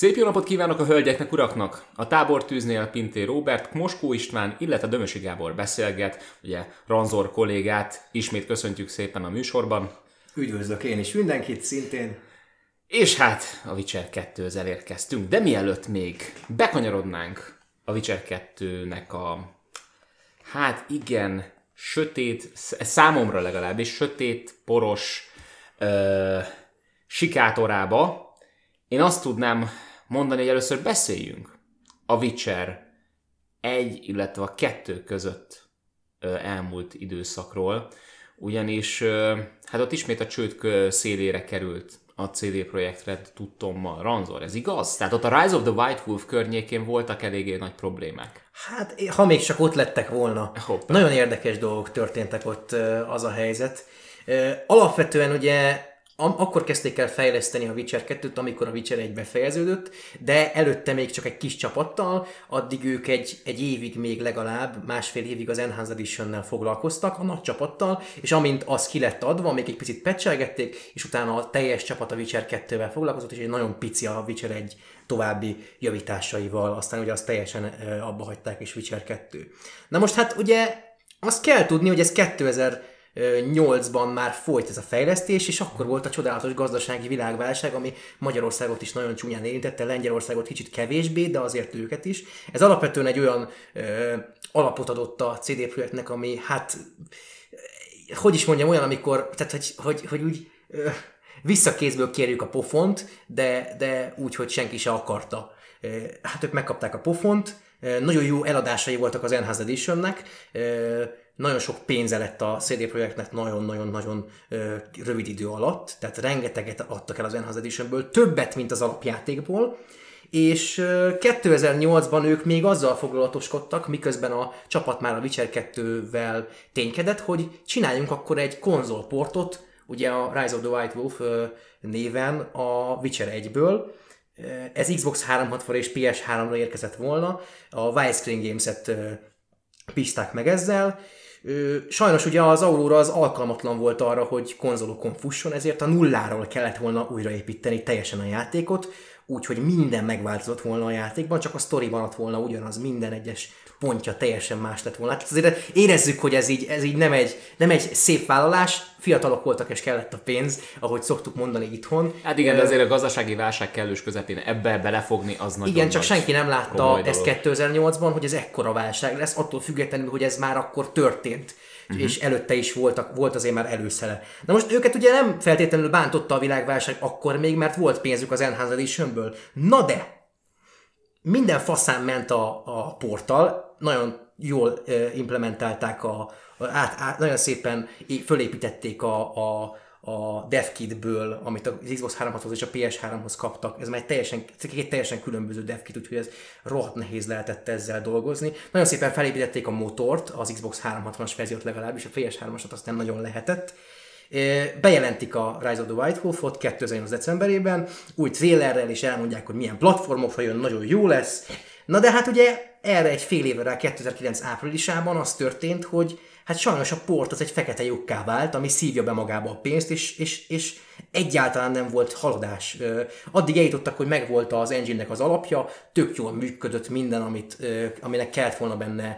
Szép jó napot kívánok a hölgyeknek, uraknak! A tábortűznél Pintér Róbert, Moskó István, illetve Dömösi Gábor beszélget, ugye Ranzor kollégát ismét köszöntjük szépen a műsorban. Üdvözlök én is mindenkit szintén. És hát a Witcher 2-hez érkeztünk, de mielőtt még bekanyarodnánk a Witcher 2-nek a hát igen, sötét, számomra legalábbis sötét, poros sikátorába, én azt tudnám mondani, hogy először beszéljünk a Witcher 1, illetve a 2 között elmúlt időszakról, ugyanis hát ott ismét a csőd szélére került a CD Projekt Red tudtommal. Ranzor, ez igaz? Tehát ott a Rise of the White Wolf környékén voltak eléggé nagy problémák. Hát, ha még csak ott lettek volna. Hoppá. Nagyon érdekes dolgok történtek ott, az a helyzet. Alapvetően ugye akkor kezdték el fejleszteni a Witcher 2-t, amikor a Witcher 1 befejeződött, de előtte még csak egy kis csapattal, addig ők egy évig még legalább, másfél évig az Enhanced Edition-nel foglalkoztak, a nagy csapattal, és amint az ki lett adva, még egy picit patchelgették, és utána a teljes csapat a Witcher 2-vel foglalkozott, és egy nagyon pici a Witcher 1 további javításaival, aztán ugye azt teljesen abba hagyták, és Witcher 2. Na most hát ugye azt kell tudni, hogy ez 2008-ban már folyt ez a fejlesztés, és akkor volt a csodálatos gazdasági világválság, ami Magyarországot is nagyon csúnyán érintette, Lengyelországot kicsit kevésbé, de azért őket is. Ez alapvetően egy olyan alapot adott a CD Projektnek, ami hát, hogy is mondjam, olyan, amikor, tehát hogy úgy visszakézből kérjük a pofont, de úgy, hogy senki se akarta. Hát ők megkapták a pofont, nagyon jó eladásai voltak az Enhanced Editionnek, nagyon sok pénze lett a CD Projektnek nagyon-nagyon-nagyon rövid idő alatt, tehát rengeteget adtak el az Enhanced Editionből, többet, mint az alapjátékból, és 2008-ban ők még azzal foglalatoskodtak, miközben a csapat már a Witcher 2-vel ténykedett, hogy csináljunk akkor egy konzolportot, ugye a Rise of the White Wolf néven a Witcher 1-ből. Ez Xbox 360 és PS3-ra érkezett volna, a Widescreen Games-et bízták meg ezzel. Sajnos ugye az Aurora az alkalmatlan volt arra, hogy konzolokon fusson, ezért a nulláról kellett volna újraépíteni teljesen a játékot, úgyhogy minden megváltozott volna a játékban, csak a sztori maradt volna ugyanaz, minden egyes pontja teljesen más lett volna. Hát azért érezzük, hogy ez így nem egy szép vállalás, fiatalok voltak és kellett a pénz, ahogy szoktuk mondani itthon. Hát igen, de azért a gazdasági válság kellős közepén ebbe belefogni az nagyon igen, csak senki nem látta ezt 2008-ban, hogy ez ekkora válság lesz, attól függetlenül, hogy ez már akkor történt. És előtte is volt azért már előszele. Na most őket ugye nem feltétlenül bántotta a világválság akkor még, mert volt pénzük az Enhanced Editionből. Na de! Minden faszán ment a porttal, nagyon jól implementálták, nagyon szépen fölépítették a DevKit-ből, amit az Xbox 360-hoz és a PS3-hoz kaptak. Ez már két teljesen különböző DevKit, úgyhogy ez rohadt nehéz lehetett ezzel dolgozni. Nagyon szépen felépítették a motort, az Xbox 360-as verziót legalábbis, a PS3-asat aztán nagyon lehetett. Bejelentik a Rise of the White Wolf-ot 2008. decemberében, új trailerrel is elmondják, hogy milyen platformokra jön, nagyon jó lesz. Na de hát ugye erre egy fél évre rá 2009 áprilisában az történt, hogy hát sajnos a port az egy fekete lyukká vált, ami szívja be magába a pénzt, és egyáltalán nem volt haladás. Addig eljutottak, hogy megvolt az engine-nek az alapja, tök jól működött minden, aminek kellett volna benne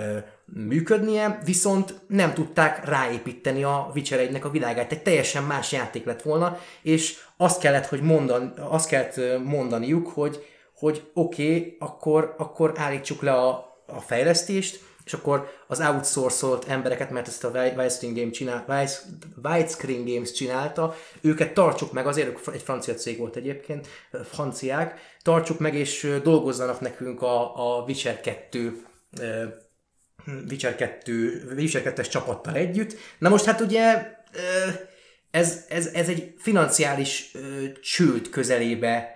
működnie, viszont nem tudták ráépíteni a Witcher 1-nek a világát. Egy teljesen más játék lett volna, és azt kellett mondaniuk, hogy oké, akkor állítsuk le a fejlesztést, és akkor az outsourcolt embereket, mert ezt a Widescreen Games csinálta, őket tartsuk meg, azért ők egy francia cég volt egyébként, franciák, tartsuk meg és dolgozzanak nekünk a Witcher 2-es csapattal együtt. Na most hát ugye ez egy financiális csőd közelébe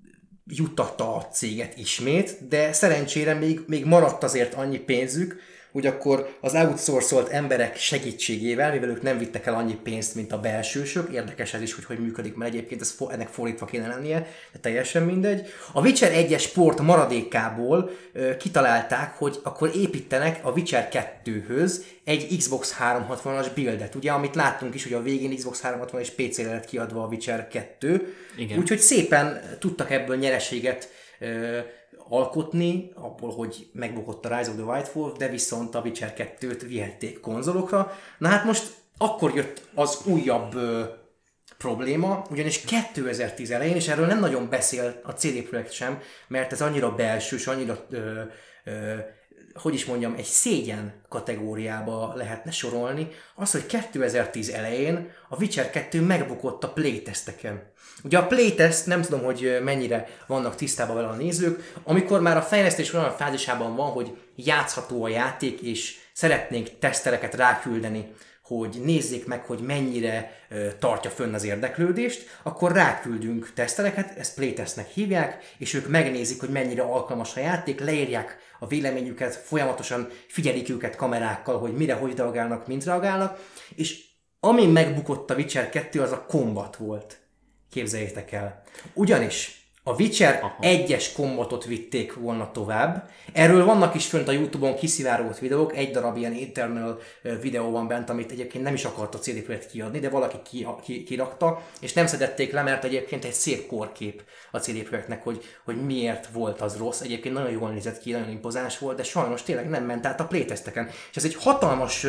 juttatta a céget ismét, de szerencsére még maradt azért annyi pénzük, hogy akkor az outsourcolt emberek segítségével, mivel ők nem vittek el annyi pénzt, mint a belsősök, érdekes ez is, hogy működik, mert egyébként ennek fordítva kéne lennie, de teljesen mindegy. A Witcher 1-es sport maradékából kitalálták, hogy akkor építenek a Witcher 2-höz egy Xbox 360-as buildet, ugye, amit láttunk is, hogy a végén Xbox 360 és PC-re lett kiadva a Witcher 2, úgyhogy szépen tudtak ebből nyereséget alkotni, abból, hogy megbukott a Rise of the White Wolf, de viszont a Witcher 2-t vihették konzolokra. Na hát most akkor jött az újabb probléma, ugyanis 2010 elején, és erről nem nagyon beszél a CD Projekt sem, mert ez annyira belsős, annyira hogy is mondjam, egy szégyen kategóriába lehetne sorolni, az, hogy 2010 elején a Witcher 2 megbukott a playtesteken. Ugye a playtest, nem tudom, hogy mennyire vannak tisztában vele a nézők, amikor már a fejlesztés olyan fázisában van, hogy játszható a játék, és szeretnénk tesztereket ráküldeni, hogy nézzék meg, hogy mennyire tartja fönn az érdeklődést, akkor ráküldünk tesztereket, ezt playtestnek hívják, és ők megnézik, hogy mennyire alkalmas a játék, leírják a véleményüket, folyamatosan figyelik őket kamerákkal, hogy mire, hogy reagálnak, mint reagálnak, és ami megbukott a Witcher 2, az a combat volt. Képzeljétek el. Ugyanis a Witcher 1-es combatot vitték volna tovább. Erről vannak is fönt a YouTube-on kiszivárgott videók, egy darab ilyen internal videó van bent, amit egyébként nem is akart a CD Projekt kiadni, de valaki kirakta, és nem szedették le, mert egyébként egy szép korkép a CD Projektnek, hogy miért volt az rossz. Egyébként nagyon jól nézett ki, nagyon impozáns volt, de sajnos tényleg nem ment át a playtesteken. És ez egy hatalmas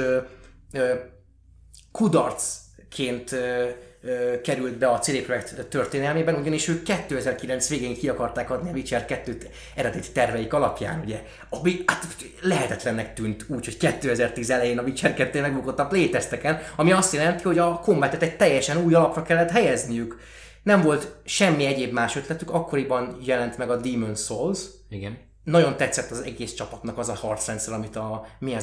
kudarcként került be a CD Projekt történelmében, ugyanis ők 2009 végén ki akarták adni a Witcher 2-t eredeti terveik alapján, ugye, ami hát lehetetlennek tűnt úgy, hogy 2010 elején a Witcher 2 megbukott a playtesteken, ami azt jelenti, hogy a combatet egy teljesen új alapra kellett helyezniük. Nem volt semmi egyéb más ötletük, akkoriban jelent meg a Demon's Souls. Igen. Nagyon tetszett az egész csapatnak az a harcrendszer, amit a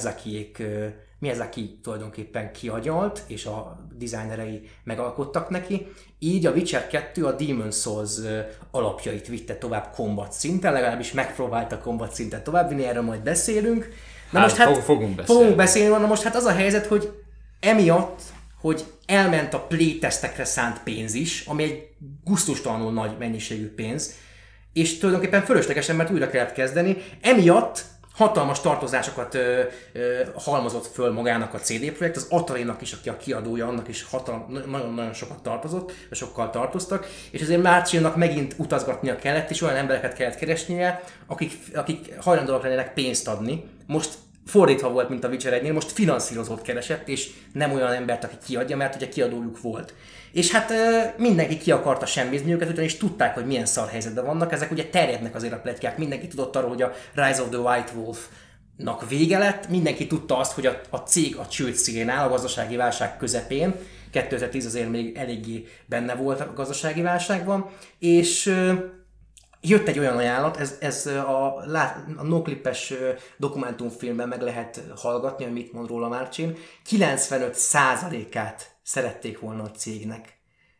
Miyazaki tulajdonképpen kiagyalt, és a designerei megalkottak neki. Így a Witcher 2 a Demon's Souls alapjait vitte tovább combat szinten, legalábbis megpróbálta combat szinten továbbvinni, erről majd beszélünk. Na most fogunk beszélni. Na most hát az a helyzet, hogy emiatt, hogy elment a playtestekre szánt pénz is, ami egy gusztustalanul nagy mennyiségű pénz, és tulajdonképpen fölöslegesen, mert újra kellett kezdeni, emiatt hatalmas tartozásokat halmozott föl magának a CD Projekt, az Atari-nak is, aki a kiadója, annak is nagyon-nagyon sokat tartozott, sokkal tartoztak, és azért Marcinnak megint utazgatnia kellett, és olyan embereket kellett keresnie, akik hajlandóak lennének pénzt adni. Most fordítva volt, mint a Witcher 1-nél, most finanszírozót keresett, és nem olyan embert, aki kiadja, mert ugye kiadójuk volt. És hát mindenki ki akarta semmizni őket, ugyanis tudták, hogy milyen szar helyzetben vannak. Ezek ugye terjednek azért a pletykák. Mindenki tudott arról, hogy a Rise of the White Wolf-nak vége lett. Mindenki tudta azt, hogy a cég a csőd szélén áll, a gazdasági válság közepén. 2010 azért még eléggé benne volt a gazdasági válságban. És jött egy olyan ajánlat, ez a Noclip-es dokumentumfilmben meg lehet hallgatni, hogy mit mond róla Marcin. 95%-át szerették volna a cégnek.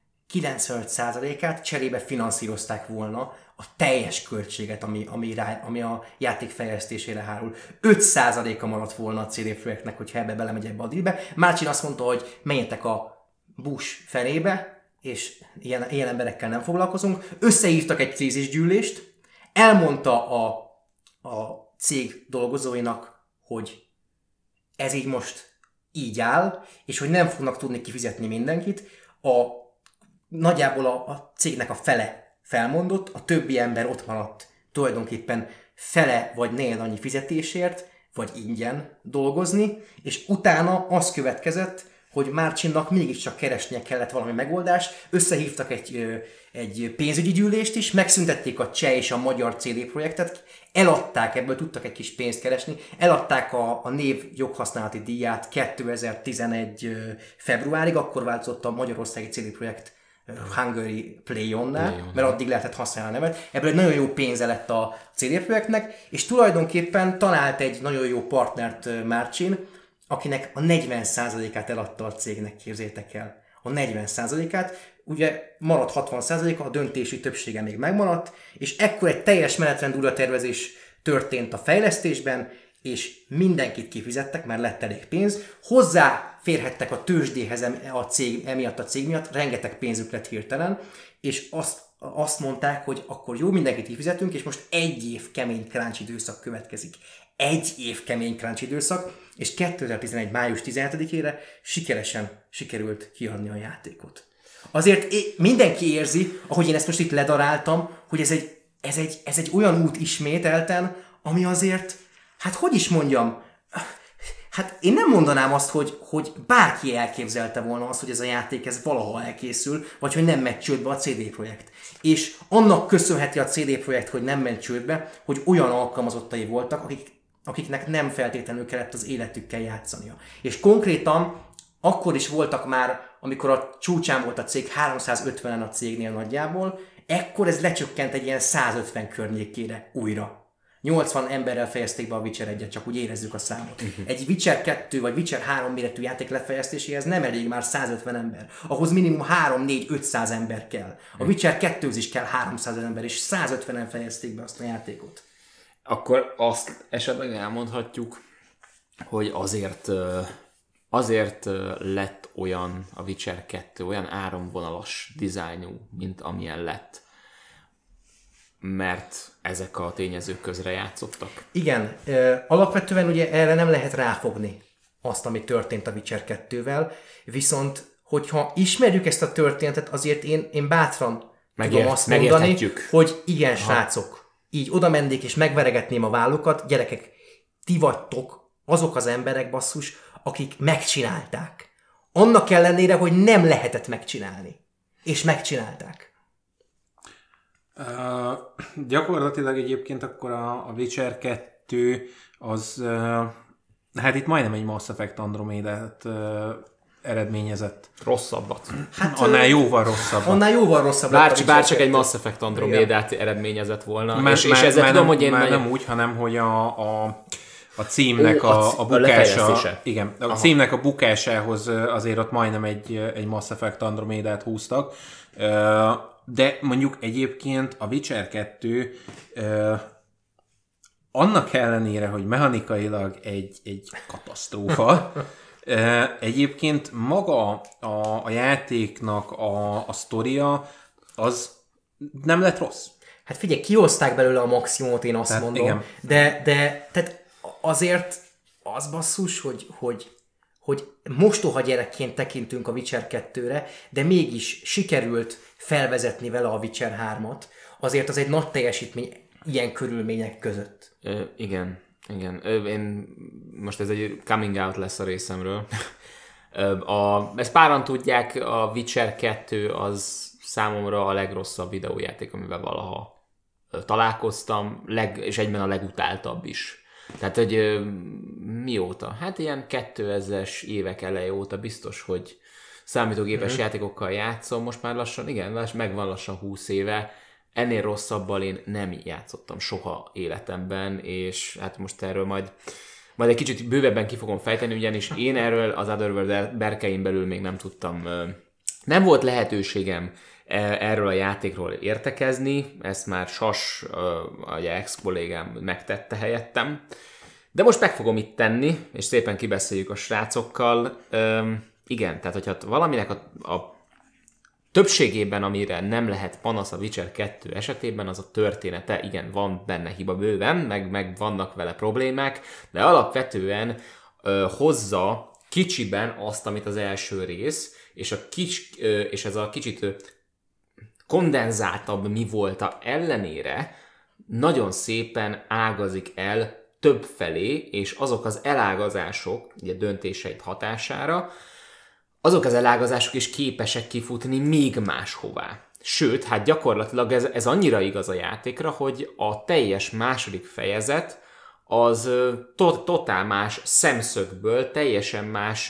95%-át cserébe finanszírozták volna a teljes költséget, ami a játék fejlesztésére hárul. 5%-a maradt volna a CD Projektnek, hogyha ebbe belemegy ebbe a dílbe. Marcin azt mondta, hogy menjetek a Bush fenébe, és ilyen emberekkel nem foglalkozunk. Összehívtak egy krízisgyűlést, elmondta a cég dolgozóinak, hogy ez így most így áll, és hogy nem fognak tudni kifizetni mindenkit. Nagyjából a cégnek a fele felmondott, a többi ember ott maradt tulajdonképpen fele vagy negyed annyi fizetésért, vagy ingyen dolgozni, és utána az következett, hogy Marcinnak mégiscsak keresnie kellett valami megoldást, összehívtak egy pénzügyi gyűlést is, megszüntették a cseh és a magyar CD Projektet, eladták, ebből tudtak egy kis pénzt keresni, eladták a név joghasználati díját 2011 februárig, akkor változott a magyarországi CD Projekt Hungary Play-on-nál, mert addig lehetett használni a nevet. Ebből egy nagyon jó pénze lett a CD Projektnek, és tulajdonképpen talált egy nagyon jó partnert Marcin, akinek a 40%-át eladta a cégnek, képzétek el. A 40%-át, ugye maradt 60%-a, a döntési többsége még megmaradt, és ekkor egy teljes menetrend újratervezés történt a fejlesztésben, és mindenkit kifizettek, mert lett elég pénz, hozzáférhettek a tőzsdéhez a cég, emiatt a cég miatt, rengeteg pénzük lett hirtelen, és azt mondták, hogy akkor jó, mindenkit kifizetünk, és most 1 év kemény crunch időszak következik. 1 év kemény crunch időszak, és 2011. május 17-ére sikeresen sikerült kiadni a játékot. Azért mindenki érzi, ahogy én ezt most itt ledaráltam, hogy ez egy olyan út ismételten, ami azért, hát hogy is mondjam, hát én nem mondanám azt, hogy bárki elképzelte volna azt, hogy ez a játék ez valaha elkészül, vagy hogy nem megy csődbe a CD Projekt. És annak köszönheti a CD Projekt, hogy nem ment csődbe, hogy olyan alkalmazottai voltak, akiknek nem feltétlenül kellett az életükkel játszania. És konkrétan akkor is voltak már, amikor a csúcsán volt a cég, 350-en a cégnél nagyjából, ekkor ez lecsökkent egy ilyen 150 környékére újra. 80 emberrel fejezték be a Witcher 1-et, csak úgy érezzük a számot. Egy Witcher 2 vagy Witcher 3 méretű játék lefejeztéséhez nem elég már 150 ember. Ahhoz minimum 3-4-500 ember kell. A Witcher 2-höz is kell 300 ember, és 150-en fejezték be azt a játékot. Akkor azt esetleg elmondhatjuk, hogy azért lett olyan a Witcher 2, olyan áramvonalas dizájnú, mint amilyen lett. Mert ezek a tényezők közre játszottak. Igen, alapvetően ugye erre nem lehet ráfogni azt, ami történt a Witcher 2-vel, viszont hogyha ismerjük ezt a történetet, azért én bátran tudom azt mondani, hogy igen, srácok, így oda mennék és megveregetném a vállukat, gyerekek, ti vagytok azok az emberek, basszus, akik megcsinálták. Annak ellenére, hogy nem lehetett megcsinálni. És megcsinálták. Gyakorlatilag egyébként akkor a Witcher 2 az hát itt majdnem egy Mass Effect Andromedát eredményezett. Rosszabbat. Hát, annál jóval rosszabbat. Annál jóval rosszabb. Bárcsak egy Mass Effect Andromédát eredményezett volna. És ezzel tudom, hogy én... nem úgy, hanem hogy a címnek a bukása... Igen, a címnek a bukásához azért ott majdnem egy Mass Effect Andromédát húztak. De mondjuk egyébként a Witcher 2 annak ellenére, hogy mechanikailag egy katasztrófa, egyébként maga a játéknak a sztoria az nem lett rossz. Hát figyelj, kihozták belőle a maximumot, én azt tehát, mondom. Igen. De tehát azért az basszus, hogy mostoha gyerekként tekintünk a Witcher 2-re, de mégis sikerült felvezetni vele a Witcher 3-at. Azért az egy nagy teljesítmény ilyen körülmények között. Igen. Én most ez egy coming out lesz a részemről. Ezt páran tudják, a Witcher 2 az számomra a legrosszabb videójáték, amivel valaha találkoztam, és egyben a legutáltabb is. Tehát, hogy mióta? Hát ilyen 2000-es évek eleje óta biztos, hogy számítógépes játékokkal játszom, most már lassan, igen, megvan lassan 20 éve, ennél rosszabbal én nem játszottam soha életemben, és hát most erről majd egy kicsit bővebben ki fogom fejteni, ugyanis én erről az Otherworld berkein belül még nem tudtam, nem volt lehetőségem erről a játékról értekezni, ezt már Sas, a ex-kollégám megtette helyettem, de most meg fogom itt tenni, és szépen kibeszéljük a srácokkal. Igen, tehát hogyha valaminek a többségében, amire nem lehet panasz a Witcher 2 esetében, az a története. Igen, van benne hiba bőven, meg vannak vele problémák, de alapvetően hozza kicsiben azt, amit az első rész, és ez a kicsit kondenzáltabb mi volta ellenére nagyon szépen ágazik el több felé, és azok az elágazások, ugye döntéseid hatására, azok az elágazások is képesek kifutni még máshová. Sőt, hát gyakorlatilag ez annyira igaz a játékra, hogy a teljes második fejezet az totál más szemszögből, teljesen más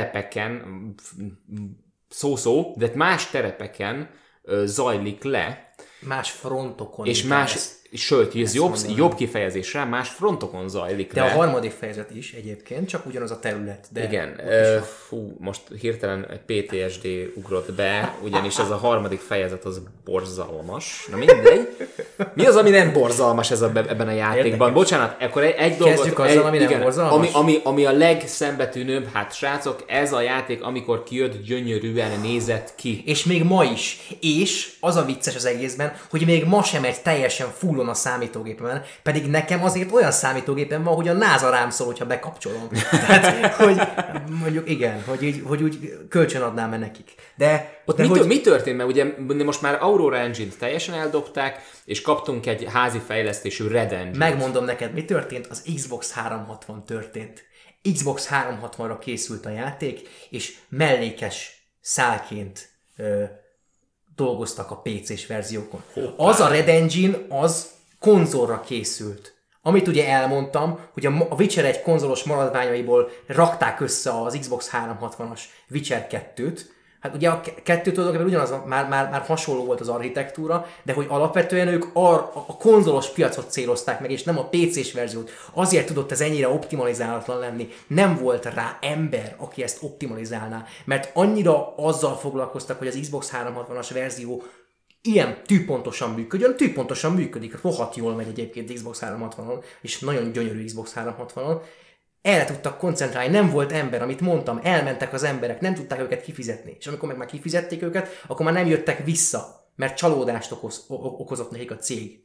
terepeken, de más terepeken zajlik le, Más frontokon. És más, sőt, ez jobb kifejezésre, más frontokon zajlik de le. A harmadik fejezet is egyébként, csak ugyanaz a terület. De igen, most hirtelen egy PTSD ugrott be, ugyanis ez a harmadik fejezet az borzalmas. Na mindegy. Mi az, ami nem borzalmas ebben a játékban? Érdekes. Bocsánat, akkor egy dolgot... Kezdjük azzal, ami nem borzalmas? Ami a legszembetűnőbb, hát srácok, ez a játék, amikor kijött, gyönyörűen nézett ki. És még ma is. És az a vicces az egészben, hogy még ma sem egy teljesen fullon a számítógépemen, pedig nekem azért olyan számítógépem van, hogy a NASA rám szól, hogyha bekapcsolom. Tehát, hogy mondjuk igen, hogy úgy kölcsön adnám nekik. De mi történt? Mert ugye most már Aurora Engine-t teljesen eldobták, és kaptunk egy házi fejlesztésű Red Engine-t. Megmondom neked, mi történt? Az Xbox 360 történt. Xbox 360-ra készült a játék, és mellékes szálként dolgoztak a PC-s verziókon. Hoppá. Az a Red Engine, az konzolra készült. Amit ugye elmondtam, hogy a Witcher 1 konzolos maradványaiból rakták össze az Xbox 360-as Witcher 2-t. Hát ugye a kettő tulajdonképpen ugyanaz, már hasonló volt az architektúra, de hogy alapvetően ők a konzolos piacot célozták meg, és nem a PC-s verziót. Azért tudott ez ennyire optimalizálatlan lenni. Nem volt rá ember, aki ezt optimalizálná, mert annyira azzal foglalkoztak, hogy az Xbox 360-as verzió ilyen tűpontosan működjön, tűpontosan működik, rohadt jól megy egyébként Xbox 360-on, és nagyon gyönyörű Xbox 360-on. Erre tudtak koncentrálni, nem volt ember, amit mondtam, elmentek az emberek, nem tudták őket kifizetni. És amikor meg már kifizették őket, akkor már nem jöttek vissza, mert csalódást okozott nekik a cég.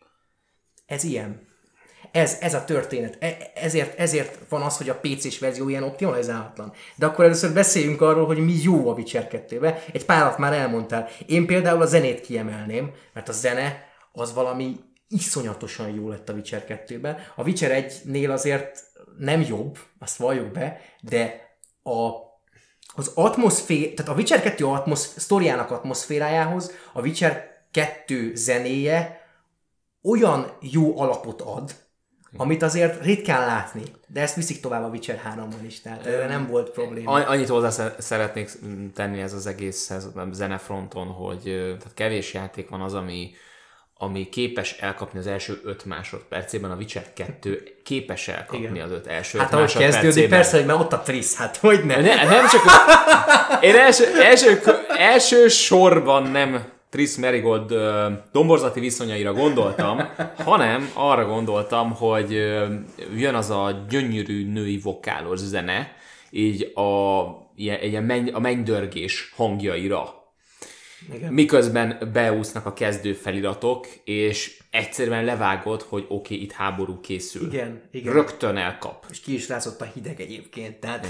Ez ilyen. Ez a történet. Ezért van az, hogy a PC-s verzió ilyen optimalizálatlan. De akkor először beszéljünk arról, hogy mi jó a Witcher 2-be. Egy párat már elmondtál. Én például a zenét kiemelném, mert a zene az valami iszonyatosan jó lett a Witcher 2-ben. A Witcher 1-nél azért nem jobb, azt valljuk be, de az atmoszféra, tehát a Witcher 2 sztoriának atmoszférájához a Witcher 2 zenéje olyan jó alapot ad, amit azért ritkán látni, de ezt viszik tovább a Witcher 3-ban is, tehát erre nem volt probléma. Annyit hozzá szeretnék tenni ez az egészhez a zenefronton, hogy tehát kevés játék van az, ami képes elkapni az első 5 másodpercében, a Witcher 2 képes elkapni igen. Az 5 első 5 másodpercében. Hát ahogy kezdődik, persze, hogy már ott a Triss, hát hogy nem? Nem csak, én első sorban nem Triss Merigold domborzati viszonyaira gondoltam, hanem arra gondoltam, hogy jön az a gyönyörű női vokálos zene, így a mennydörgés hangjaira. Igen. Miközben beúsznak a kezdő feliratok, és egyszerűen levágod, hogy oké, itt háború készül. Igen. Rögtön elkap. És ki is látszott a hideg egyébként, tehát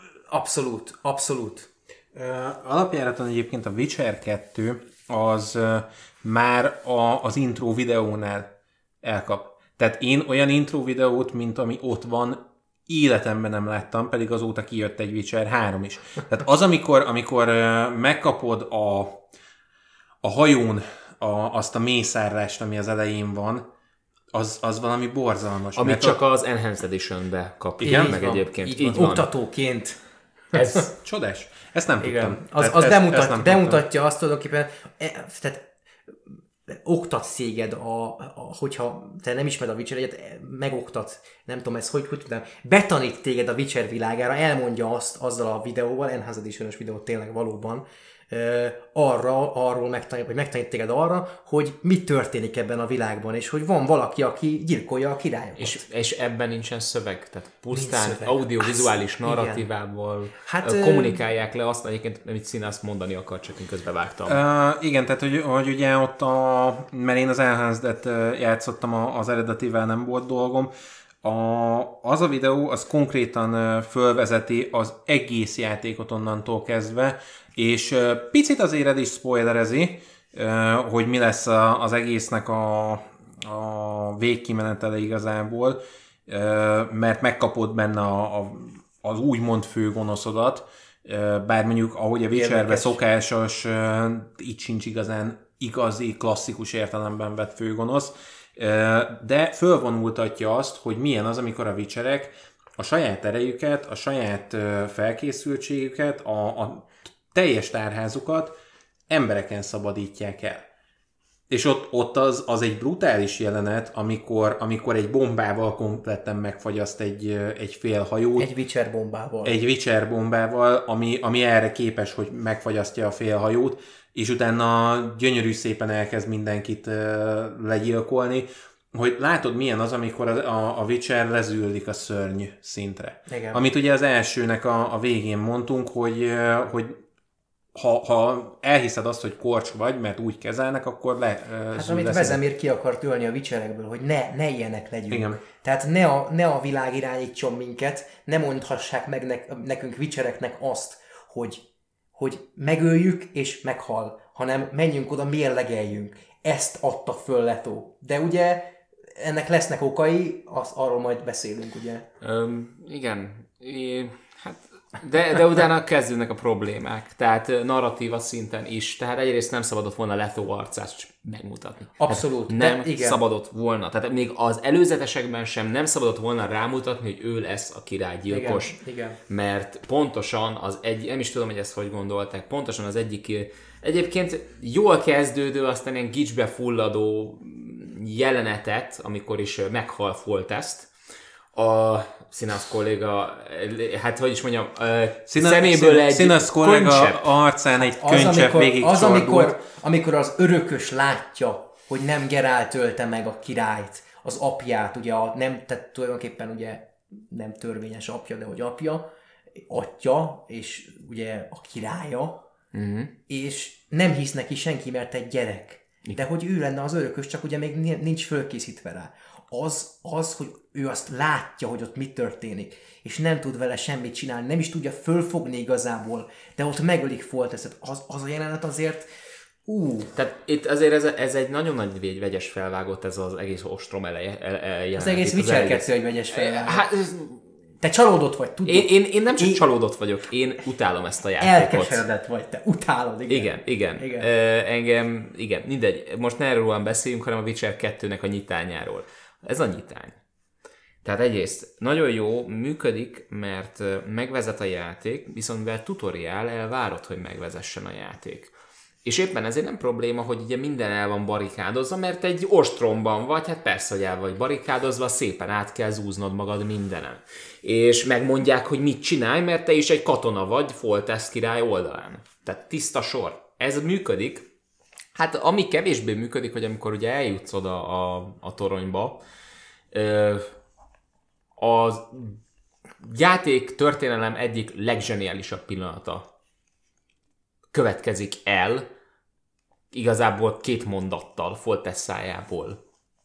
abszolút. Alapjáraton egyébként a Witcher 2 az már az intro videónál elkap. Tehát én olyan intro videót, mint ami ott van, életemben nem láttam, pedig azóta kijött egy Witcher 3 is. Tehát az, amikor megkapod a hajón azt a mészárlást, ami az elején van, az valami borzalmas. Amit csak az Enhanced Edition-be kap. Igen, meg van, egyébként. Így van. Oktatóként. Ez csodás. Ezt nem tudtam. Az bemutatja azt tulajdonképpen, tehát oktat téged, hogyha te nem ismered a Witcher egyet, megoktat, nem tudom ezt, hogy tudom, betanít téged a Witcher világára, elmondja azt azzal a videóval, Enhanced Edition-ös videót tényleg valóban, arról megtanít téged arra, hogy mi történik ebben a világban, és hogy van valaki, aki gyilkolja a királyokat. És ebben nincsen szöveg, tehát pusztán audiovizuális narratívával kommunikálják le azt egyébként, amit színe azt mondani akar, csak én közben vágtam. Igen, tehát hogy ugye ott mert én az Enhanced-et játszottam, az eredetivel nem volt dolgom, az a videó, az konkrétan fölvezeti az egész játékot onnantól kezdve, és picit azért el is spoilerezi, hogy mi lesz az egésznek a végkimenetele igazából, mert megkapod benne az úgymond főgonoszodat, bár mondjuk ahogy a Witcherbe szokásos, itt sincs igazán igazi, klasszikus értelemben vett főgonosz, de fölvonultatja azt, hogy milyen az, amikor a Witcherek a saját erejüket, a saját felkészültségüket, a teljes tárházukat embereken szabadítják el. És ott az egy brutális jelenet, amikor egy bombával kompletten megfagyaszt egy fél hajót. Egy Witcher bombával. Egy Witcher bombával, ami erre képes, hogy megfagyasztja a fél hajót, és utána gyönyörű szépen elkezd mindenkit legyilkolni, hogy látod milyen az, amikor a Witcher lezűlik a szörny szintre. Igen. Amit ugye az elsőnek a végén mondtunk, hogy ha elhiszed azt, hogy korcs vagy, mert úgy kezelnek, akkor hát amit Vesemir ki akart ölni a Witcherekből, hogy ne ilyenek legyünk. Igen. Tehát ne a világ irányítson minket, ne mondhassák meg nekünk Witchereknek azt, hogy megöljük és meghal, hanem menjünk oda, mérlegeljünk. Ezt adta föl Leto. De ugye ennek lesznek okai, arról majd beszélünk, ugye? Igen. Hát de utána kezdődnek a problémák. Tehát narratíva szinten is. Tehát egyrészt nem szabadott volna Leto arcát megmutatni. Abszolút. Nem szabadott volna. Tehát még az előzetesekben sem nem szabadott volna rámutatni, hogy ő lesz a királygyilkos. Igen. Mert pontosan nem is tudom, hogy ezt hogy gondolták, pontosan az egyik egyébként jól kezdődő, aztán ilyen gicsbe fulladó jelenetet, amikor is meghal Foltest, a Színász kolléga, hát hogy is mondjam, szeméből egy Színász kolléga arcán egy könycsepp végig amikor az örökös látja, hogy nem Geralt ölte meg a királyt, az apját, ugye tehát tulajdonképpen ugye nem törvényes apja, de hogy atya, és ugye a királya, és nem hisz neki senki, mert egy gyerek. De hogy ő lenne az örökös, csak ugye még nincs fölkészítve rá. Az, hogy ő azt látja, hogy ott mi történik, és nem tud vele semmit csinálni, nem is tudja fölfogni igazából, de ott megölik Foltestet. Az a jelenet azért... Tehát itt azért ez egy nagyon nagy vegyes felvágott, ez az egész ostrom jelenet. Az egész Witcher 2 egy vegyes felvágott. Te csalódott vagy, tudod? Én nem csak csalódott vagyok, én utálom ezt a játékot. Elkeseredett vagy, te utálod, igen. Engem, mindegy. Most ne erről beszéljünk, hanem a Witcher 2-nek a nyitányáról. Ez a nyitány. Tehát egyrészt nagyon jó, működik, mert megvezet a játék, viszont mivel tutoriál, elvárod, hogy megvezessen a játék. És éppen ezért nem probléma, hogy ugye minden el van barikádozva, mert egy ostromban vagy, hát persze, hogy el vagy barikádozva, szépen át kell zúznod magad mindenen. És megmondják, hogy mit csinálj, mert te is egy katona vagy Foltest király oldalán. Tehát tiszta sor. Ez működik. Hát ami kevésbé működik, hogy amikor ugye eljutsz oda a toronyba, a játék történelem egyik legzseniálisabb pillanata következik el, igazából 2 mondattal, Foltest szájából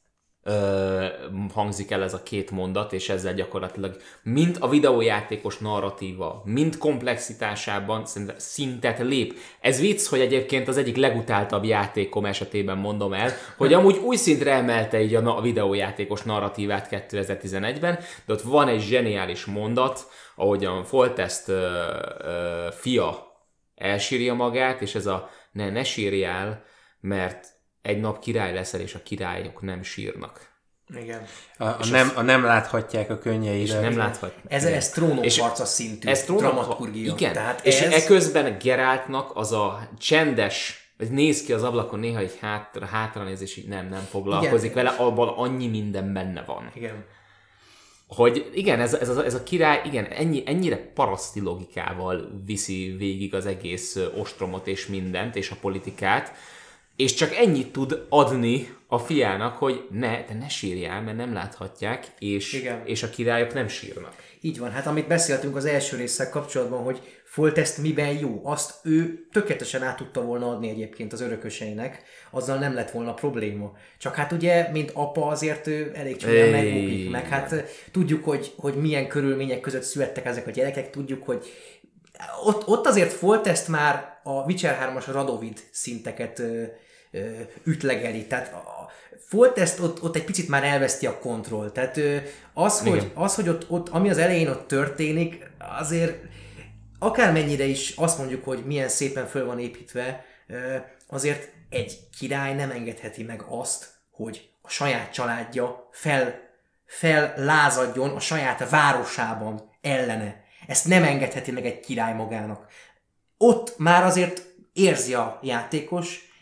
hangzik el ez a 2 mondat, és ezzel gyakorlatilag mind a videójátékos narratíva, mind komplexitásában szintet lép. Ez vicc, hogy egyébként az egyik legutáltabb játékom esetében mondom el, hogy amúgy új szintre emelte így a videójátékos narratívát 2011-ben, de ott van egy zseniális mondat, ahogyan Foltest fia elsírja magát, és ez a ne sírjál, mert egy nap király leszel, és a királyok nem sírnak. Igen. Nem láthatják a könnyeidet. Nem láthatják. Ez trónokharca szintű dramaturgia. Igen, tehát és eközben Geraltnak az a csendes, hogy néz ki az ablakon néha egy hátra néz, és így nem foglalkozik vele, abban annyi minden benne van. Igen. Hogy igen, ez a király, igen, ennyire paraszti logikával viszi végig az egész ostromot és mindent, és a politikát, és csak ennyit tud adni a fiának, hogy te ne sírjál, mert nem láthatják, és a királyok nem sírnak. Így van, hát amit beszéltünk az első résszel kapcsolatban, hogy Foltest miben jó, azt ő tökéletesen át tudta volna adni egyébként az örököseinek, azzal nem lett volna probléma. Csak hát ugye, mint apa azért ő elég csúnyán megbukik, meg hát tudjuk, hogy milyen körülmények között születtek ezek a gyerekek, tudjuk, hogy ott azért Foltest már a Witcher 3-as Radovid szinteket ütlegeli, tehát Foltest ott egy picit már elveszti a kontrollt, tehát az, hogy ott, ami az elején ott történik, azért akármennyire is azt mondjuk, hogy milyen szépen föl van építve, azért egy király nem engedheti meg azt, hogy a saját családja fellázadjon a saját városában ellene. Ezt nem engedheti meg egy király magának. Ott már azért érzi a játékos,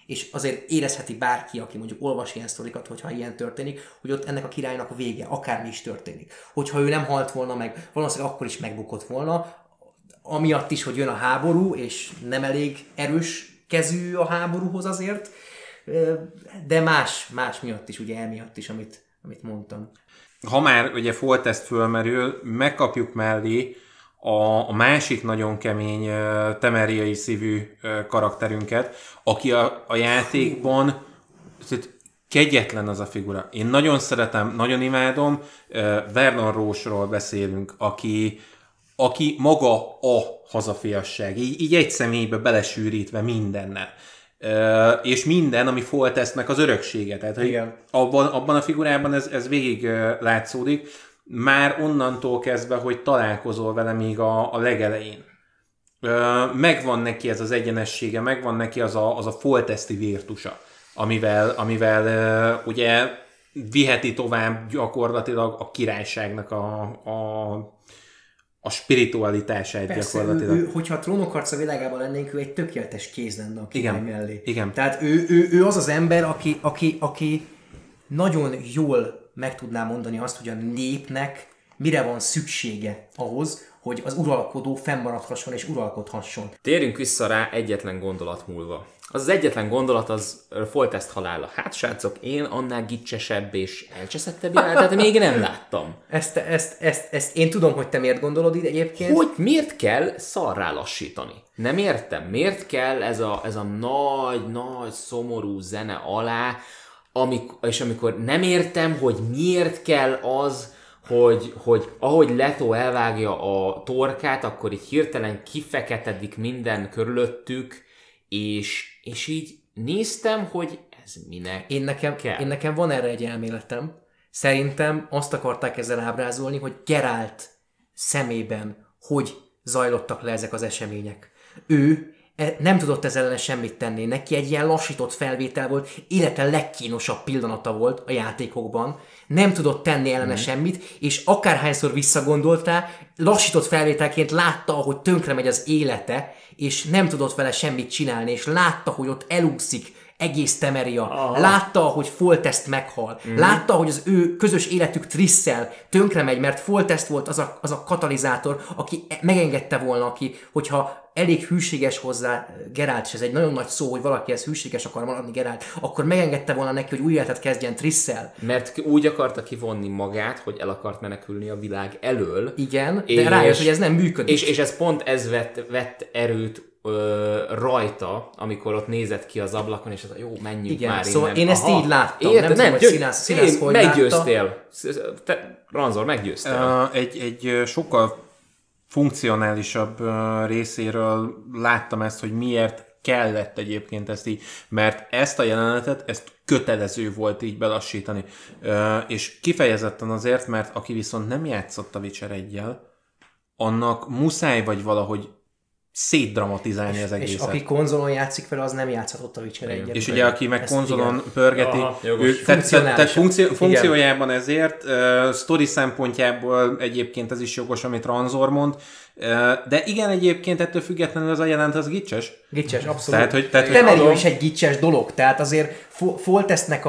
és azért érezheti bárki, aki mondjuk olvas ilyen sztorikat, hogyha ilyen történik, hogy ott ennek a királynak a vége, akármi is történik. Hogyha ő nem halt volna meg, valószínűleg akkor is megbukott volna, amiatt is, hogy jön a háború, és nem elég erős kezű a háborúhoz azért, de más miatt is, ugye emiatt is, amit mondtam. Ha már ugye Foltest fölmerül, megkapjuk mellé a másik nagyon kemény temeriai szívű karakterünket, aki a játékban kegyetlen az a figura. Én nagyon szeretem, nagyon imádom, Vernon Roche-ról beszélünk, aki maga a hazafiasság, így egy személybe belesűrítve mindennel. És minden, ami Foltestnek az öröksége. Tehát, hogy abban a figurában ez végig látszódik, már onnantól kezdve, hogy találkozol vele még a legelején. Megvan neki ez az egyenessége, megvan neki az a Foltesti virtusa, amivel ugye viheti tovább gyakorlatilag a királyságnak a spiritualitását. Persze, gyakorlatilag. Hogyha a Trónokharca világában lennénk, ő egy tökéletes kéz lenne a király mellé. Igen. Tehát ő az az ember, aki nagyon jól meg tudná mondani azt, hogy a népnek mire van szüksége ahhoz, hogy az uralkodó fennmaradhasson és uralkodhasson. Térjünk vissza rá egyetlen gondolat múlva. Az egyetlen gondolat az Foltest halála. Hát srácok, én annál gicsesebb és elcseszettebb jelenetet még nem láttam. Ezt én tudom, hogy te miért gondolod így egyébként. Hogy miért kell szarrá lassítani? Nem értem. Miért kell ez a nagy, szomorú zene alá, amikor nem értem, hogy miért kell az, hogy ahogy Leto elvágja a torkát, akkor így hirtelen kifeketedik minden körülöttük, és így néztem, hogy ez minek kell. Én nekem van erre egy elméletem. Szerintem azt akarták ezzel ábrázolni, hogy Geralt szemében hogy zajlottak le ezek az események. Ő nem tudott ezzel ellen semmit tenni. Neki egy ilyen lassított felvétel volt, élete legkínosabb pillanata volt a játékokban. Nem tudott tenni ellene semmit, és akárhányszor visszagondoltál, lassított felvételként látta, ahogy tönkre megy az élete, és nem tudott vele semmit csinálni, és látta, hogy ott elúszik egész Temeria. Látta, hogy Foltest meghal. Látta, hogy az ő közös életük Trisszel tönkre megy, mert Foltest volt az a katalizátor, aki megengedte volna, hogyha elég hűséges hozzá Geralt, és ez egy nagyon nagy szó, hogy valakihez hűséges akar maradni Geralt, akkor megengedte volna neki, hogy új életet kezdjen Trisszel. Mert úgy akarta kivonni magát, hogy el akart menekülni a világ elől. Igen, de rájött, hogy ez nem működik. És ez pont ez vett erőt rajta, amikor ott nézett ki az ablakon, és jó, menjünk igen, már szóval innen. én ezt így láttam. Érte, nem tudom, hogy színász hogy meggyőztél. Ranzor, meggyőztél. Egy sokkal funkcionálisabb részéről láttam ezt, hogy miért kellett egyébként ezt így, mert ezt a jelenetet, ezt kötelező volt így belassítani. És kifejezetten azért, mert aki viszont nem játszott a Witcher 1-jel, annak muszáj vagy valahogy szétdramatizálni az egészet. És aki konzolon játszik vele, az nem játszhatott a Witcher 1-et. És ugye aki meg konzolon pörgeti, tehát funkciójában ezért, sztori szempontjából egyébként ez is jogos, amit Ranzor mond, de igen, egyébként ettől függetlenül ez a jelent, az gicses. Gicses, abszolút. Temeria is egy gicses dolog, tehát azért Foltestnek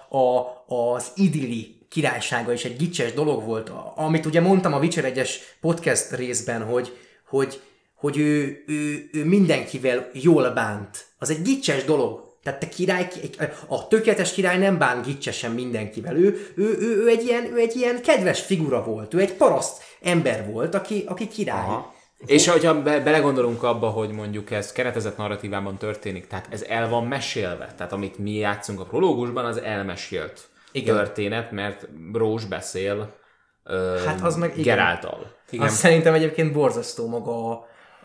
az idilli királysága is egy gicses dolog volt. Amit ugye mondtam a Witcher 1-es podcast részben, hogy ő mindenkivel jól bánt. Az egy gicses dolog. Tehát a tökéletes király nem bán gicsesen mindenkivel. Ő egy ilyen kedves figura volt. Ő egy paraszt ember volt, aki király. Aha. És hogyha belegondolunk abba, hogy mondjuk ez keretezett narratívában történik, tehát ez el van mesélve. Tehát amit mi játszunk a prológusban, az elmesélt történet, mert Roche beszél Gerálttal. Az szerintem egyébként borzasztó maga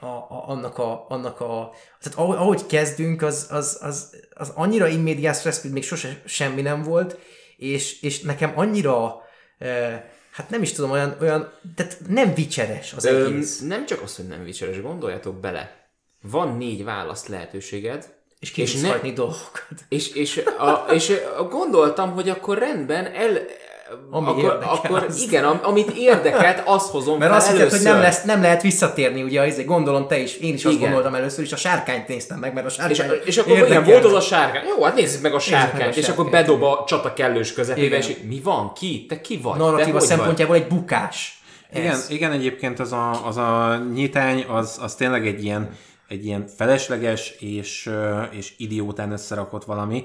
tehát ahogy kezdünk, az annyira in medias res, még sose semmi nem volt, és nekem annyira, hát nem is tudom, olyan tehát nem vicseres az egész. Nem csak az, hogy nem vicseres, gondoljatok bele. Van 4 választ lehetőséged, és ki tudsz hagyni dolgokat. És gondoltam, hogy akkor rendben, akkor igen, amit érdekelt, azt hozom mert fel azt először. hitted, hogy nem lehet visszatérni, ugye, gondolom te is, én is azt gondoltam először, és a sárkányt néztem meg, mert a sárkány és akkor igen, volt az a sárkány. Jó, hát nézzük meg a sárkányt, és akkor bedob a csata kellős közepébe, és mi van? Te ki vagy? Narratíva szempontjából egy bukás. Igen, egyébként az a nyitány, az tényleg egy ilyen felesleges és idiótán összerakott valami,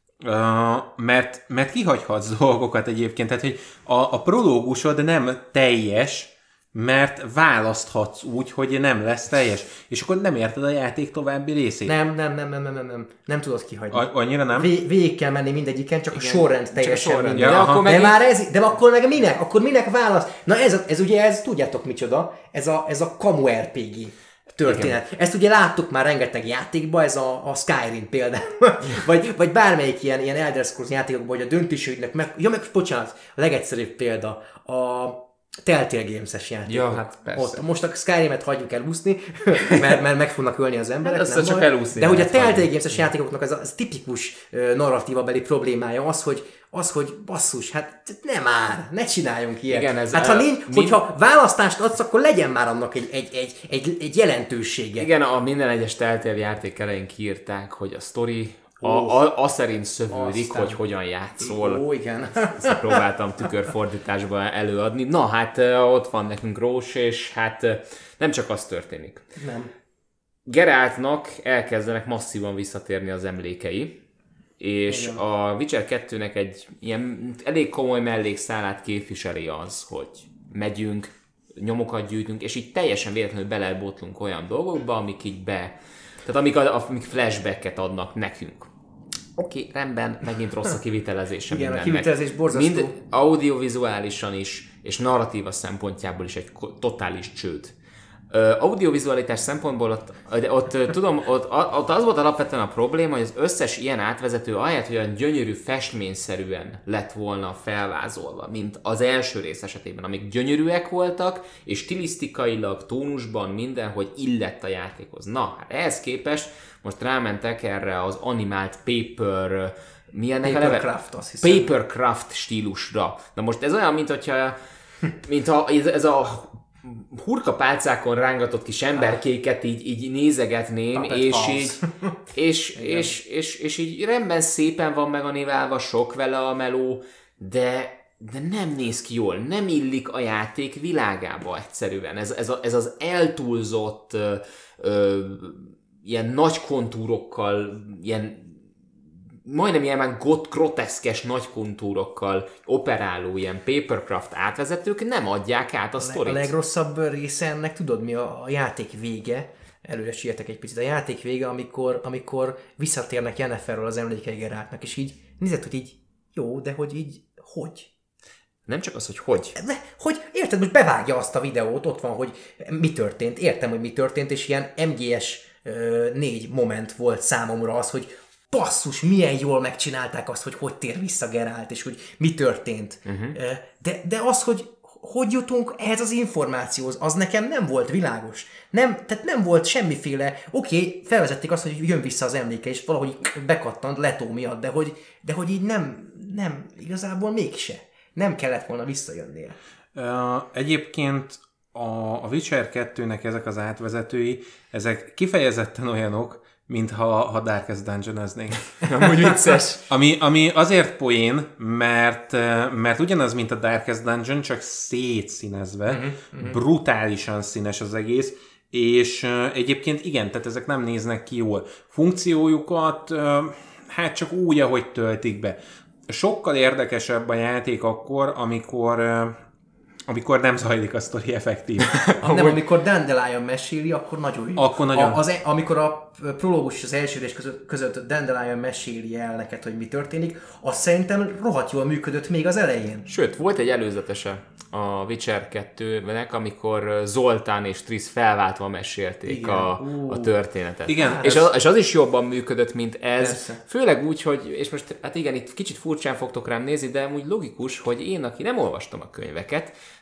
mert kihagyhatsz dolgokat egyébként, tehát hogy a prológusod nem teljes, mert választhatsz úgy, hogy nem lesz teljes, és akkor nem érted a játék további részét. Nem tudod kihagyni. Annyira nem? Végig kell menni mindegyiken, csak igen, a sorrend teljesen minden. Ja, de akkor meg minek? Akkor minek választ? Na ez ugye, tudjátok micsoda, ez a kamu RPG történet. Igen. Ezt ugye láttuk már rengeteg játékban, ez a Skyrim például, vagy bármelyik ilyen Elder Scrolls játékokban, hogy a döntésügynek bocsánat, a legegyszerűbb példa, a Telltale Games-es játékok. Ja, hát persze. Ott, most a Skyrim-et hagyjuk elúszni, mert meg fognak ölni az emberek. Hát csak elúszni. De hogy a Telltale Games-es játékoknak az tipikus narratívabeli problémája az, hogy basszus, hát nem már, ne csináljunk ilyet. Igen, hát hogyha választást adsz, akkor legyen már annak egy jelentősége. Igen, a minden egyes Telltale játék elején kiírták, hogy a sztori az szerint szövődik, hogy hogyan játszol. Igen. Ezt próbáltam tükörfordításba előadni. Na hát ott van nekünk Rós, és hát nem csak az történik. Nem. Geraltnak elkezdenek masszívan visszatérni az emlékei, és igen. A Witcher 2-nek egy ilyen elég komoly mellékszálát képviseli az, hogy megyünk, nyomokat gyűjtünk, és így teljesen véletlenül belebotlunk olyan dolgokba, amik így tehát amik flashbacket adnak nekünk. Oké, rendben, megint rossz a kivitelezése igen, mindennek. A kivitelezés borzasztó. Mind audiovizuálisan is, és narratíva szempontjából is egy totális csőd. Audiovizualitás szempontból ott az volt alapvetően a probléma, hogy az összes ilyen átvezető ahelyett, hogy olyan gyönyörű festményszerűen lett volna felvázolva, mint az első rész esetében, amik gyönyörűek voltak, és stilisztikailag, tónusban mindenhogy illett a játékhoz. Na, hát ehhez képest most rámentek erre az animált paper... Papercraft, azt hiszem. Papercraft stílusra. Na most ez olyan, mintha ez a hurkapálcákon rángatott kis emberkéket így nézegetném, és így rendben szépen van meganimálva, sok vele a meló, de nem néz ki jól, nem illik a játék világába egyszerűen. Ez az eltúlzott ilyen nagy kontúrokkal, majdnem ilyen már groteszkes nagy kontúrokkal operáló ilyen papercraft átvezetők nem adják át a sztorit. A legrosszabb része ennek tudod mi? A játék vége, előre sietek egy picit, a játék vége, amikor visszatérnek Yenneferről az emlékei Geraltnak, és így nézed, hogy így jó, de hogy így hogy? Nem csak az, hogy. Hogy érted, most bevágja azt a videót, ott van, hogy mi történt, értem, hogy mi történt, és ilyen MGS 4 moment volt számomra az, hogy basszus, milyen jól megcsinálták azt, hogy tér vissza Geralt, és hogy mi történt. De az, hogy jutunk ehhez az információhoz, az nekem nem volt világos. Tehát nem volt semmiféle, oké, felvezették azt, hogy jön vissza az emléke, és valahogy bekattant Leto miatt, de hogy így nem, igazából mégse. Nem kellett volna visszajönnie. Egyébként a Witcher 2-nek ezek az átvezetői, ezek kifejezetten olyanok, mintha Darkest Dungeon-eznénk. Amúgy vicces. Ami azért poén, mert ugyanaz, mint a Darkest Dungeon, csak szétszínezve, brutálisan színes az egész, és egyébként igen, tehát ezek nem néznek ki jól. Funkciójukat hát csak úgy, ahogy töltik be. Sokkal érdekesebb a játék akkor, amikor nem zajlik a sztori effektív. Nem, amikor Dandelion meséli, akkor nagyon jó. Akkor nagyon. Amikor a prológus és az első rész között Dandelion meséli el neked, hogy mi történik, az szerintem rohadt jól működött még az elején. Sőt, volt egy előzetese a Witcher 2-nek, amikor Zoltán és Triss felváltva mesélték a történetet. Igen. És az is jobban működött, mint ez. Persze. Főleg úgy, hogy, és most hát igen, itt kicsit furcsán fogtok rám nézni, de úgy logikus, hogy én, aki nem olvastam a könyveket,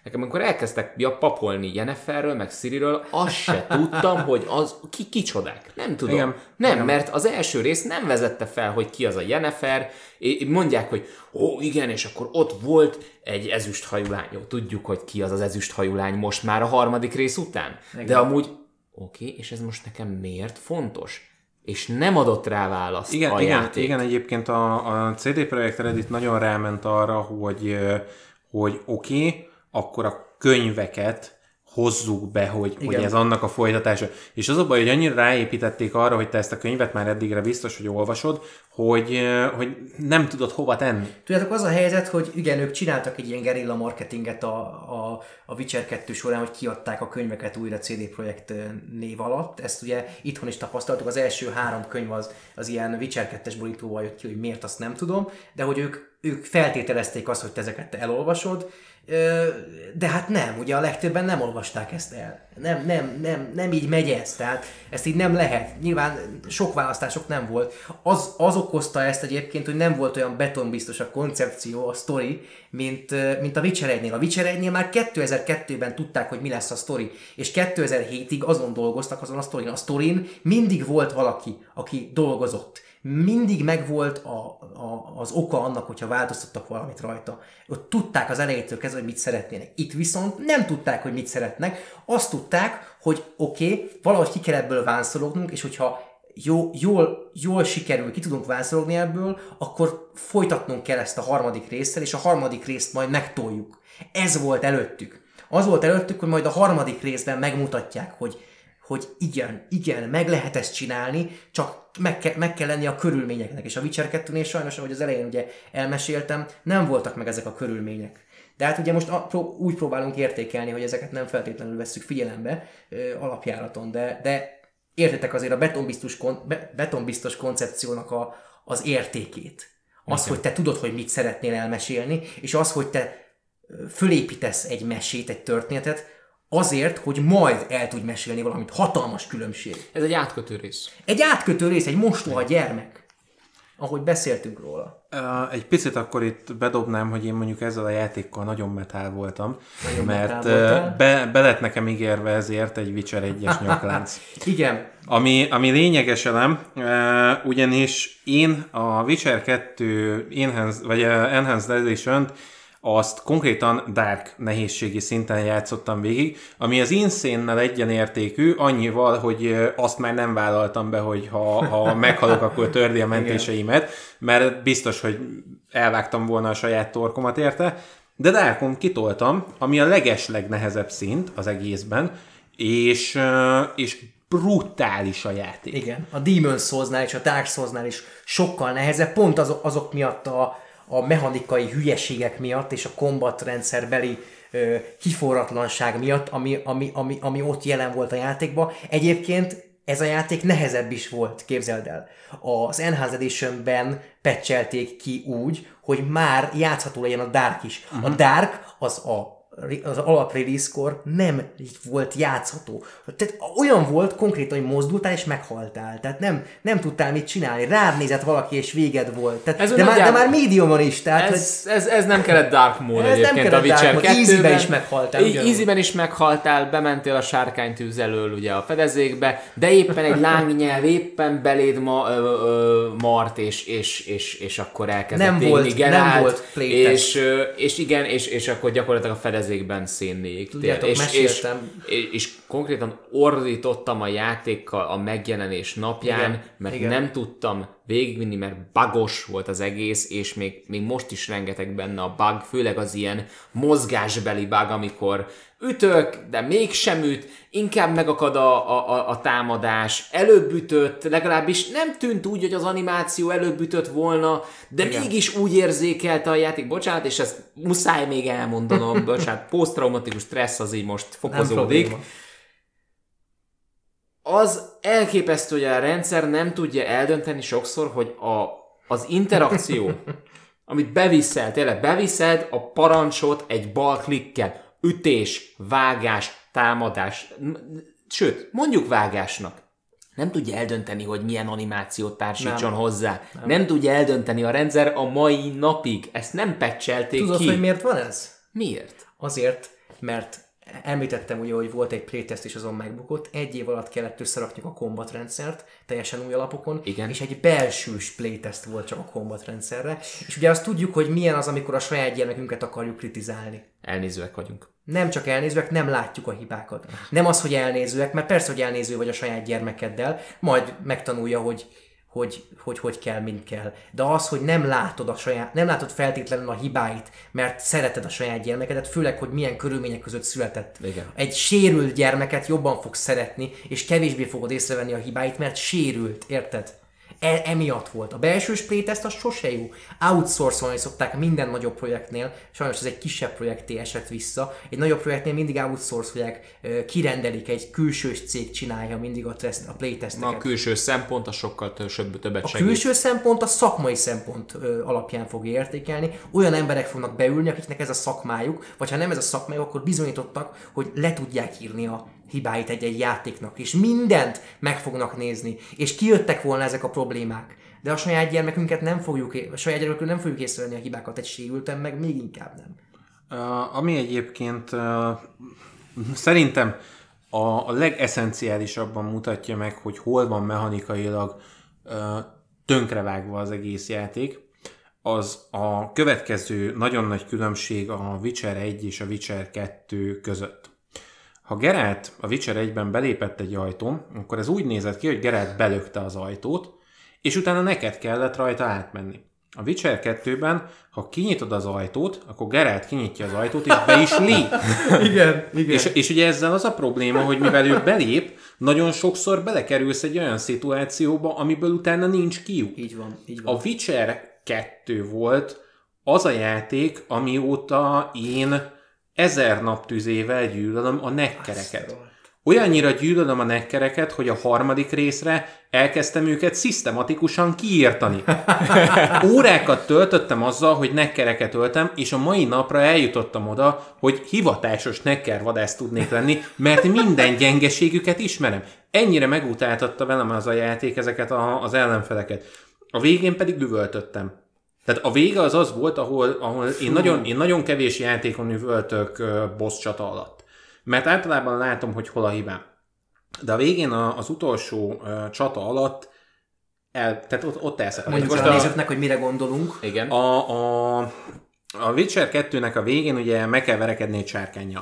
nekem amikor elkezdtek papolni Yenneferről, meg Ciriről, azt se tudtam, hogy az kicsodák. Nem tudom. Igen. Mert az első rész nem vezette fel, hogy ki az a Yennefer. Mondják, hogy igen, és akkor ott volt egy ezüsthajú lány. Jó, tudjuk, hogy ki az ezüsthajú lány most már a harmadik rész után. Igen. De amúgy, oké, és ez most nekem miért fontos? És nem adott rá választ a játék. Igen, egyébként a CD Projekt Red nagyon ráment arra, hogy oké, akkor a könyveket hozzuk be, hogy ez annak a folytatása. És az a baj, hogy annyira ráépítették arra, hogy te ezt a könyvet már eddigre biztos, hogy olvasod, hogy nem tudod hova tenni. Tudjátok, az a helyzet, hogy igen, ők csináltak egy ilyen gerilla marketinget a Witcher 2 során, hogy kiadták a könyveket újra CD Projekt név alatt. Ezt ugye itthon is tapasztaltuk, az első 3 könyv az ilyen Witcher 2-es borítóval jött ki, hogy miért, azt nem tudom, de hogy ők feltételezték azt, hogy te ezeket elolvasod, de hát nem, ugye a legtöbben nem olvasták ezt el. Nem így megy ez, tehát ezt így nem lehet. Nyilván sok választások nem volt. Az okozta ezt egyébként, hogy nem volt olyan betonbiztos a koncepció, a sztori, mint a Witcher 1-nél. A Witcher 1-nél már 2002-ben tudták, hogy mi lesz a sztori, és 2007-ig azon dolgoztak, azon a sztorin. A sztorin mindig volt valaki, aki dolgozott. Mindig megvolt az oka annak, hogyha változtattak valamit rajta. Ott tudták az elejétől kezdve, hogy mit szeretnének. Itt viszont nem tudták, hogy mit szeretnek. Azt tudták, hogy oké, valahogy ki kell ebből vánszolognunk, és hogyha jól sikerül, ki tudunk vánszologni ebből, akkor folytatnunk kell ezt a harmadik résszel, és a harmadik részt majd megtoljuk. Ez volt előttük. Az volt előttük, hogy majd a harmadik részben megmutatják, hogy igen, meg lehet ezt csinálni, csak meg kell lenni a körülményeknek. És a Witcher 2-nél sajnos, ahogy az elején ugye elmeséltem, nem voltak meg ezek a körülmények. De hát ugye most úgy próbálunk értékelni, hogy ezeket nem feltétlenül vesszük figyelembe alapjáraton, de értitek azért a betonbiztos koncepciónak az értékét. Az, hogy te tudod, hogy mit szeretnél elmesélni, és az, hogy te fölépítesz egy mesét, egy történetet, azért, hogy majd el tudj mesélni valamit. Hatalmas különbség. Ez egy átkötő rész. Egy átkötő rész, egy mostoha gyermek. Ahogy beszéltünk róla. Egy picit akkor itt bedobnám, hogy én mondjuk ezzel a játékkal nagyon metál voltam, mert be lett nekem ígérve ezért egy Witcher 1-es nyaklánc. Igen. Ami lényeges elem, ugyanis én a Witcher 2 Enhanced Edition-t azt konkrétan dark nehézségi szinten játszottam végig, ami az Insane-nel egyenértékű, annyival, hogy azt már nem vállaltam be, hogy ha meghalok, akkor tördi a mentéseimet, mert biztos, hogy elvágtam volna a saját torkomat érte, de Darkon kitoltam, ami a legeslegnehezebb szint az egészben, és brutális a játék. Igen, a Demon's Souls-nál és a Dark Souls-nál is sokkal nehezebb, pont azok miatt a mechanikai hülyeségek miatt és a combat rendszerbeli kiforratlanság miatt, ami ott jelen volt a játékban. Egyébként ez a játék nehezebb is volt, képzeld el. Az Enhanced Edition-ben patchelték ki úgy, hogy már játszható legyen a Dark is. A Dark az alap release-kor nem volt játszható. Tehát olyan volt konkrétan, hogy mozdultál és meghaltál. Tehát nem tudtál mit csinálni. Rád nézett valaki és véged volt. Tehát, de már mediumon is. Tehát, ez nem kellett dark mód egyébként a Witcher 2-ben. Easyben is meghaltál. Easyben is meghaltál, bementél a sárkánytűz elől ugye a fedezékbe, de éppen egy lángnyelv éppen beléd mart, és akkor elkezdett égni Geralt. Nem volt playtest. És akkor gyakorlatilag a fedezékben szénnéktél. És konkrétan ordítottam a játékkal a megjelenés napján, mert nem tudtam végigvinni, mert bugos volt az egész, és még most is rengeteg benne a bug, főleg az ilyen mozgásbeli bug, amikor ütök, de mégsem üt, inkább megakad a támadás, előbb ütött, legalábbis nem tűnt úgy, hogy az animáció előbb ütött volna, de mégis úgy érzékelte a játék, bocsánat, és ezt muszáj még elmondanom, bocsánat, posztraumatikus stressz az így most fokozódik. Az elképesztő, hogy a rendszer nem tudja eldönteni sokszor, hogy az interakció, amit beviszed a parancsot egy bal klikkel, ütés, vágás, támadás, sőt, mondjuk vágásnak. Nem tudja eldönteni, hogy milyen animációt társítson hozzá. Nem tudja eldönteni a rendszer a mai napig. Ezt nem patchelték ki. Tudod, hogy miért van ez? Miért? Azért, mert említettem ugye, hogy volt egy playtest is azon MacBookot, 1 év alatt kellett összerakni a Combat rendszert, teljesen új alapokon, igen. És egy belsős playtest volt csak a Combat rendszerre, és ugye azt tudjuk, hogy milyen az, amikor a saját gyermekünket akarjuk kritizálni. Elnézőek vagyunk. Nem csak elnézőek, nem látjuk a hibákat. Nem az, hogy elnézőek, mert persze, hogy elnéző vagy a saját gyermekeddel, majd megtanulja, hogy kell, mint kell. De az, hogy nem látod feltétlenül a hibáit, mert szereted a saját gyermekedet, főleg, hogy milyen körülmények között született. Igen. Egy sérült gyermeket jobban fogsz szeretni, és kevésbé fogod észrevenni a hibáit, mert sérült, érted? Emiatt volt. A belsős playtest az sose jó. Outsourcolni szokták minden nagyobb projektnél, sajnos ez egy kisebb projekté esett vissza. Egy nagyobb projektnél mindig outsourcolják, kirendelik, egy külsős cég csinálja mindig a playtesteket. A külső szempont a sokkal többet segít. A külső szempont a szakmai szempont alapján fogja értékelni. Olyan emberek fognak beülni, akiknek ez a szakmájuk, vagy ha nem ez a szakmájuk, akkor bizonyítottak, hogy le tudják írni a hibáit egy játéknak, és mindent meg fognak nézni, és kijöttek volna ezek a problémák. De a saját gyermekünket nem fogjuk észrevenni a hibákat, egy sérülten meg még inkább nem. Ami egyébként szerintem a legesszenciálisabban mutatja meg, hogy hol van mechanikailag tönkrevágva az egész játék, az a következő nagyon nagy különbség a Witcher 1 és a Witcher 2 között. Ha Geralt a Witcher 1-ben belépett egy ajtón, akkor ez úgy nézett ki, hogy Geralt belökte az ajtót, és utána neked kellett rajta átmenni. A Witcher 2-ben, ha kinyitod az ajtót, akkor Geralt kinyitja az ajtót, és be is lép. Igen. És ugye ezzel az a probléma, hogy mivel ő belép, nagyon sokszor belekerülsz egy olyan szituációba, amiből utána nincs kiút. Így van. A Witcher 2 volt az a játék, amióta én 1000 naptüzével gyűlölöm a nekkereket. Olyannyira gyűlölöm a nekkereket, hogy a 3. részre elkezdtem őket szisztematikusan kiírtani. Órákat töltöttem azzal, hogy nekkereket öltem, és a mai napra eljutottam oda, hogy hivatásos nekkervadász tudnék lenni, mert minden gyengeségüket ismerem. Ennyire megutáltatta velem az a játék ezeket az ellenfeleket. A végén pedig üvöltöttem. Tehát a vége az volt, ahol én nagyon kevés játékon üvöltök boss csata alatt. Mert általában látom, hogy hol a hibám. De a végén az utolsó csata alatt tehát ott elszakad. Mondjuk most a nézőknek, hogy mire gondolunk. Igen. A Witcher 2-nek a végén ugye meg kell verekedni egy sárkánnyal.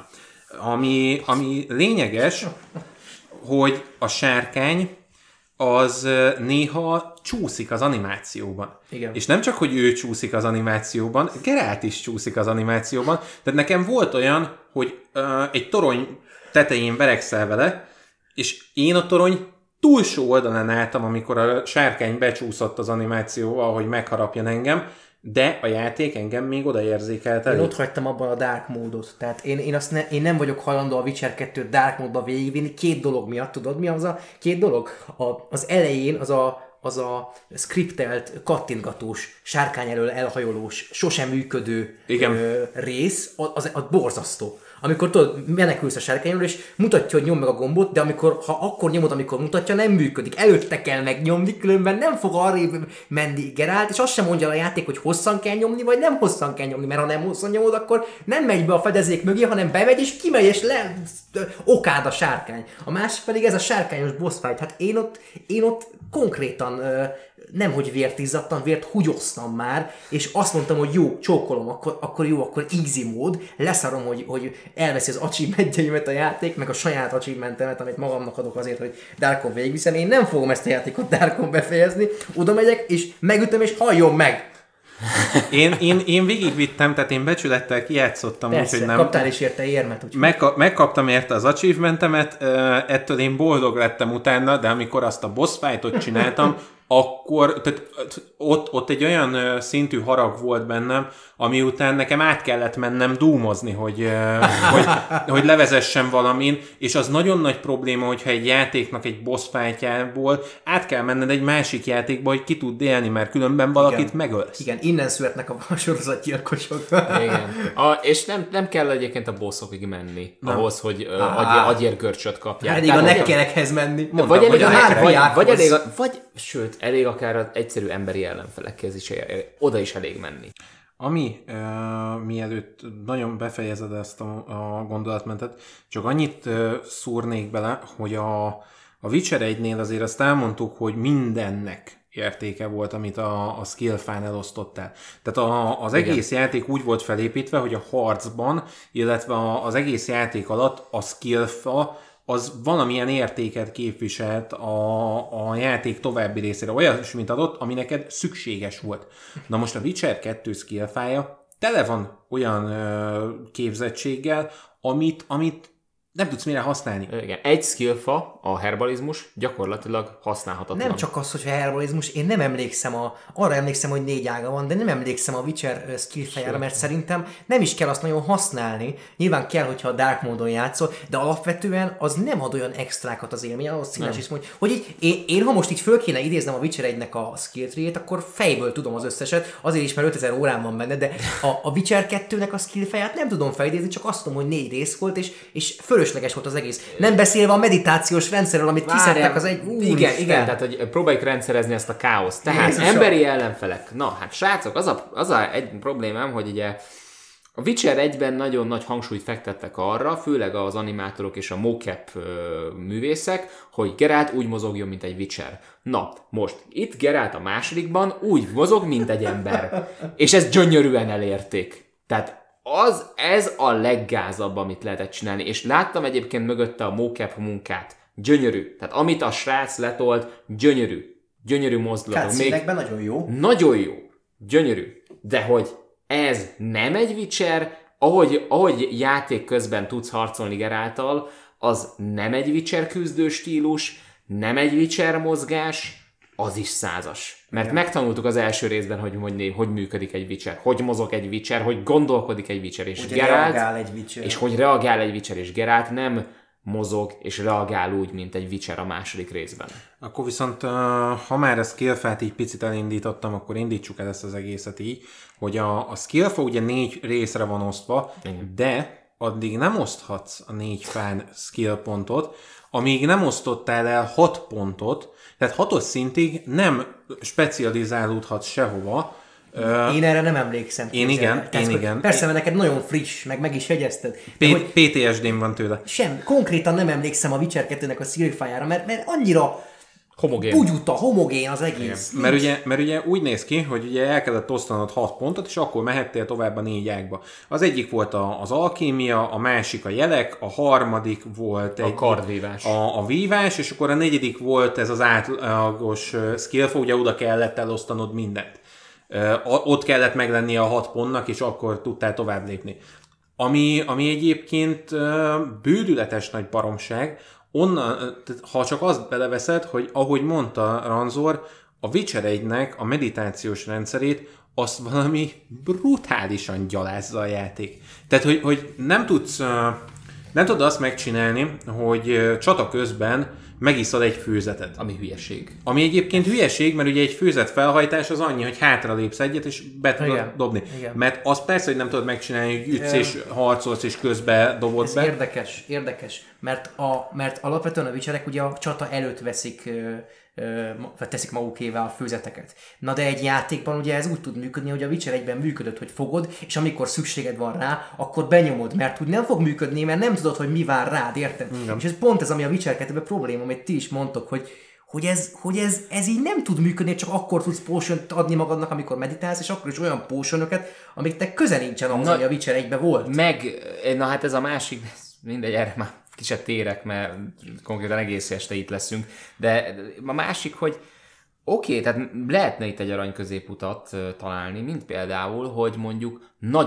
Ami lényeges, hogy a sárkány az néha csúszik az animációban. Igen. És nem csak, hogy ő csúszik az animációban, Geralt is csúszik az animációban. Tehát nekem volt olyan, hogy egy torony tetején verekszel vele, és én a torony túlsó oldalán álltam, amikor a sárkány becsúszott az animációval, hogy megharapjon engem, de a játék engem még odaérzékelt elő. Én ott hagytam abban a dark módot. Tehát én nem vagyok hajlandó a Witcher 2 dark módba végigvinni 2 dolog miatt. Tudod, mi az a 2 dolog? Az elején az a skriptelt, kattintgatós, sárkány elől elhajolós, sosem működő rész, az borzasztó. Amikor tudod, menekülsz a sárkányról, és mutatja, hogy nyomd meg a gombot, de ha akkor nyomod, amikor mutatja, nem működik. Előtte kell megnyomni, különben nem fog arrébb menni Geralt, és azt sem mondja a játék, hogy hosszan kell nyomni, vagy nem hosszan kell nyomni, mert ha nem hosszan nyomod, akkor nem megy be a fedezék mögé, hanem bemegy, és kimegy, és okád a sárkány. A másik pedig ez a sárkányos boss fight. Hát én ott konkrétan nemhogy vért izzadtam, vért húgyoztam már, és azt mondtam, hogy jó, csókolom, akkor easy mód, leszarom, hogy elveszi az achievementjeimet a játék, meg a saját achievementemet, amit magamnak adok azért, hogy Darkon végigviszem. Én nem fogom ezt a játékot Darkon befejezni, oda megyek, és megütöm, és halljon meg! Én végigvittem, tehát én becsülettel kijátszottam. Persze, úgy, hogy nem... kaptál is érte érmet. Megkaptam érte az achievementemet, ettől én boldog lettem utána, de amikor azt a boss fightot csináltam, akkor tehát ott egy olyan szintű harag volt bennem, ami után nekem át kellett mennem dúmozni, hogy levezessem valamin, és az nagyon nagy probléma, hogyha egy játéknak egy boss fightjából át kell menned egy másik játékba, hogy ki tud élni, mert különben valakit megölsz. Igen, innen születnek a sorozatgyilkosok. Igen. És nem kell egyébként a bossokig menni, ahhoz, hogy agyérgörcsöt kapják. Elég a nekkerekhez menni. Sőt, elég akár az egyszerű emberi ellenfelekhez is, oda is elég menni. Ami, mielőtt nagyon befejezed ezt a gondolatmenetet, csak annyit szúrnék bele, hogy a Witcher 1-nél azért azt elmondtuk, hogy mindennek értéke volt, amit a skill-fán elosztottál. Tehát az egész játék úgy volt felépítve, hogy a harcban, illetve az egész játék alatt a skill-fa az valamilyen értéket képviselt a játék további részére. Olyasmit adott, ami neked szükséges volt. Na most a Witcher 2 skill-fája tele van olyan képzettséggel, amit nem tudsz mire használni. Igen, egy skillfa, a herbalizmus gyakorlatilag használhatatlan. Nem csak az, hogy herbalizmus, én nem emlékszem arra emlékszem, hogy 4 ága van, de nem emlékszem a Witcher skillfájára, mert szerintem nem is kell azt nagyon használni. Nyilván kell, hogyha a Dark módon játszol, de alapvetően az nem ad olyan extrákat az élmény, ahhoz Színes is mondja, hogy én ha most így föl kéne idéznem a Witcher 1-nek a skill tree-ét, akkor fejből tudom az összeset, azért is, mert 5000 órán van benne, de a Witcher 2-nek a skillfáját nem tudom felidézni, csak azt tudom, hogy 4 rész volt, és fölösleges volt az egész. Nem beszélve a meditációs rendszerről, amit kiszedtek az egy... Igen, tehát hogy próbáljuk rendszerezni ezt a káoszt. Tehát Jézusom. Emberi ellenfelek. Na, hát srácok, az a egy problémám, hogy ugye a Witcher 1-ben nagyon nagy hangsúlyt fektettek arra, főleg az animátorok és a mocap művészek, hogy Geralt úgy mozogjon, mint egy Witcher. Na, most itt Geralt a másodikban úgy mozog, mint egy ember. És ezt gyönyörűen elérték. Tehát ez a leggázabb, amit lehetett csinálni. És láttam egyébként mögötte a mocap munkát. Gyönyörű. Tehát amit a srác letolt, gyönyörű. Gyönyörű mozdulatok. Cutscene-ekben nagyon jó. Nagyon jó. Gyönyörű. De hogy ez nem egy Witcher, ahogy játék közben tudsz harcolni Geralttal, az nem egy Witcher küzdő stílus, nem egy Witcher mozgás, az is 100-as. Mert megtanultuk az első részben, hogy működik egy Witcher, hogy mozog egy Witcher, hogy gondolkodik egy Witcher, és Geralt, és hogy reagál egy Witcher, és Geralt nem mozog és reagál úgy, mint egy Witcher a második részben. Akkor viszont, ha már a skillfát így picit elindítottam, akkor indítsuk el ezt az egészet így, hogy a skillfa ugye 4 részre van osztva, de addig nem oszthatsz a 4 fán skill pontot, amíg nem osztottál el 6 pontot, tehát 6-os szintig nem specializálódhatsz sehova. Én erre nem emlékszem. Én igen. Persze, mert neked nagyon friss, meg is jegyezted. PTSD-m van tőle. Konkrétan nem emlékszem a Witcher 2-nek a skillfájára, mert annyira homogén az egész. Mert ugye úgy néz ki, hogy ugye el kellett osztanod 6 pontot, és akkor mehettél tovább a 4 ágba. Az egyik volt az alkémia, a másik a jelek, a harmadik volt a kardvívás. A vívás, és akkor a negyedik volt ez az átlagos skillfa, ugye oda kellett elosztanod mindent. Ott kellett meglennie a 6 pontnak, és akkor tudtál tovább lépni. Ami egyébként bődületes nagy baromság, onnan, ha csak azt beleveszed, hogy ahogy mondta Ranzor, a Witcher 1-nek a meditációs rendszerét azt valami brutálisan gyalázza a játék. Tehát, hogy nem tudod azt megcsinálni, hogy csata közben megiszod egy főzetet. Ami hülyeség. Ami egyébként hülyeség, mert ugye egy főzet felhajtás az annyi, hogy hátralépsz egyet, és be tudod dobni. Igen. Mert azt persze, hogy nem tudod megcsinálni, hogy ütsz és harcolsz, és közben dobod be. Érdekes. Mert alapvetően a Witcherek ugye a csata előtt teszik magukévá a főzeteket. Na de egy játékban ugye ez úgy tud működni, hogy a Witcher 1-ben működött, hogy fogod, és amikor szükséged van rá, akkor benyomod, mert úgy nem fog működni, mert nem tudod, hogy mi vár rád, érted? És ez pont ez, ami a Witcher 2-ben probléma, amit ti is mondtok, hogy ez így nem tud működni, csak akkor tudsz potion-t adni magadnak, amikor meditálsz, és akkor is olyan potion-öket, amiknek köze nincsen ahhoz, ami a Witcher 1-ben volt. Na hát ez a másik, mindegy, erre már kicsit térek, mert konkrétan egész este itt leszünk, de a másik, hogy oké, tehát lehetne itt egy arany középutat találni, mint például, hogy mondjuk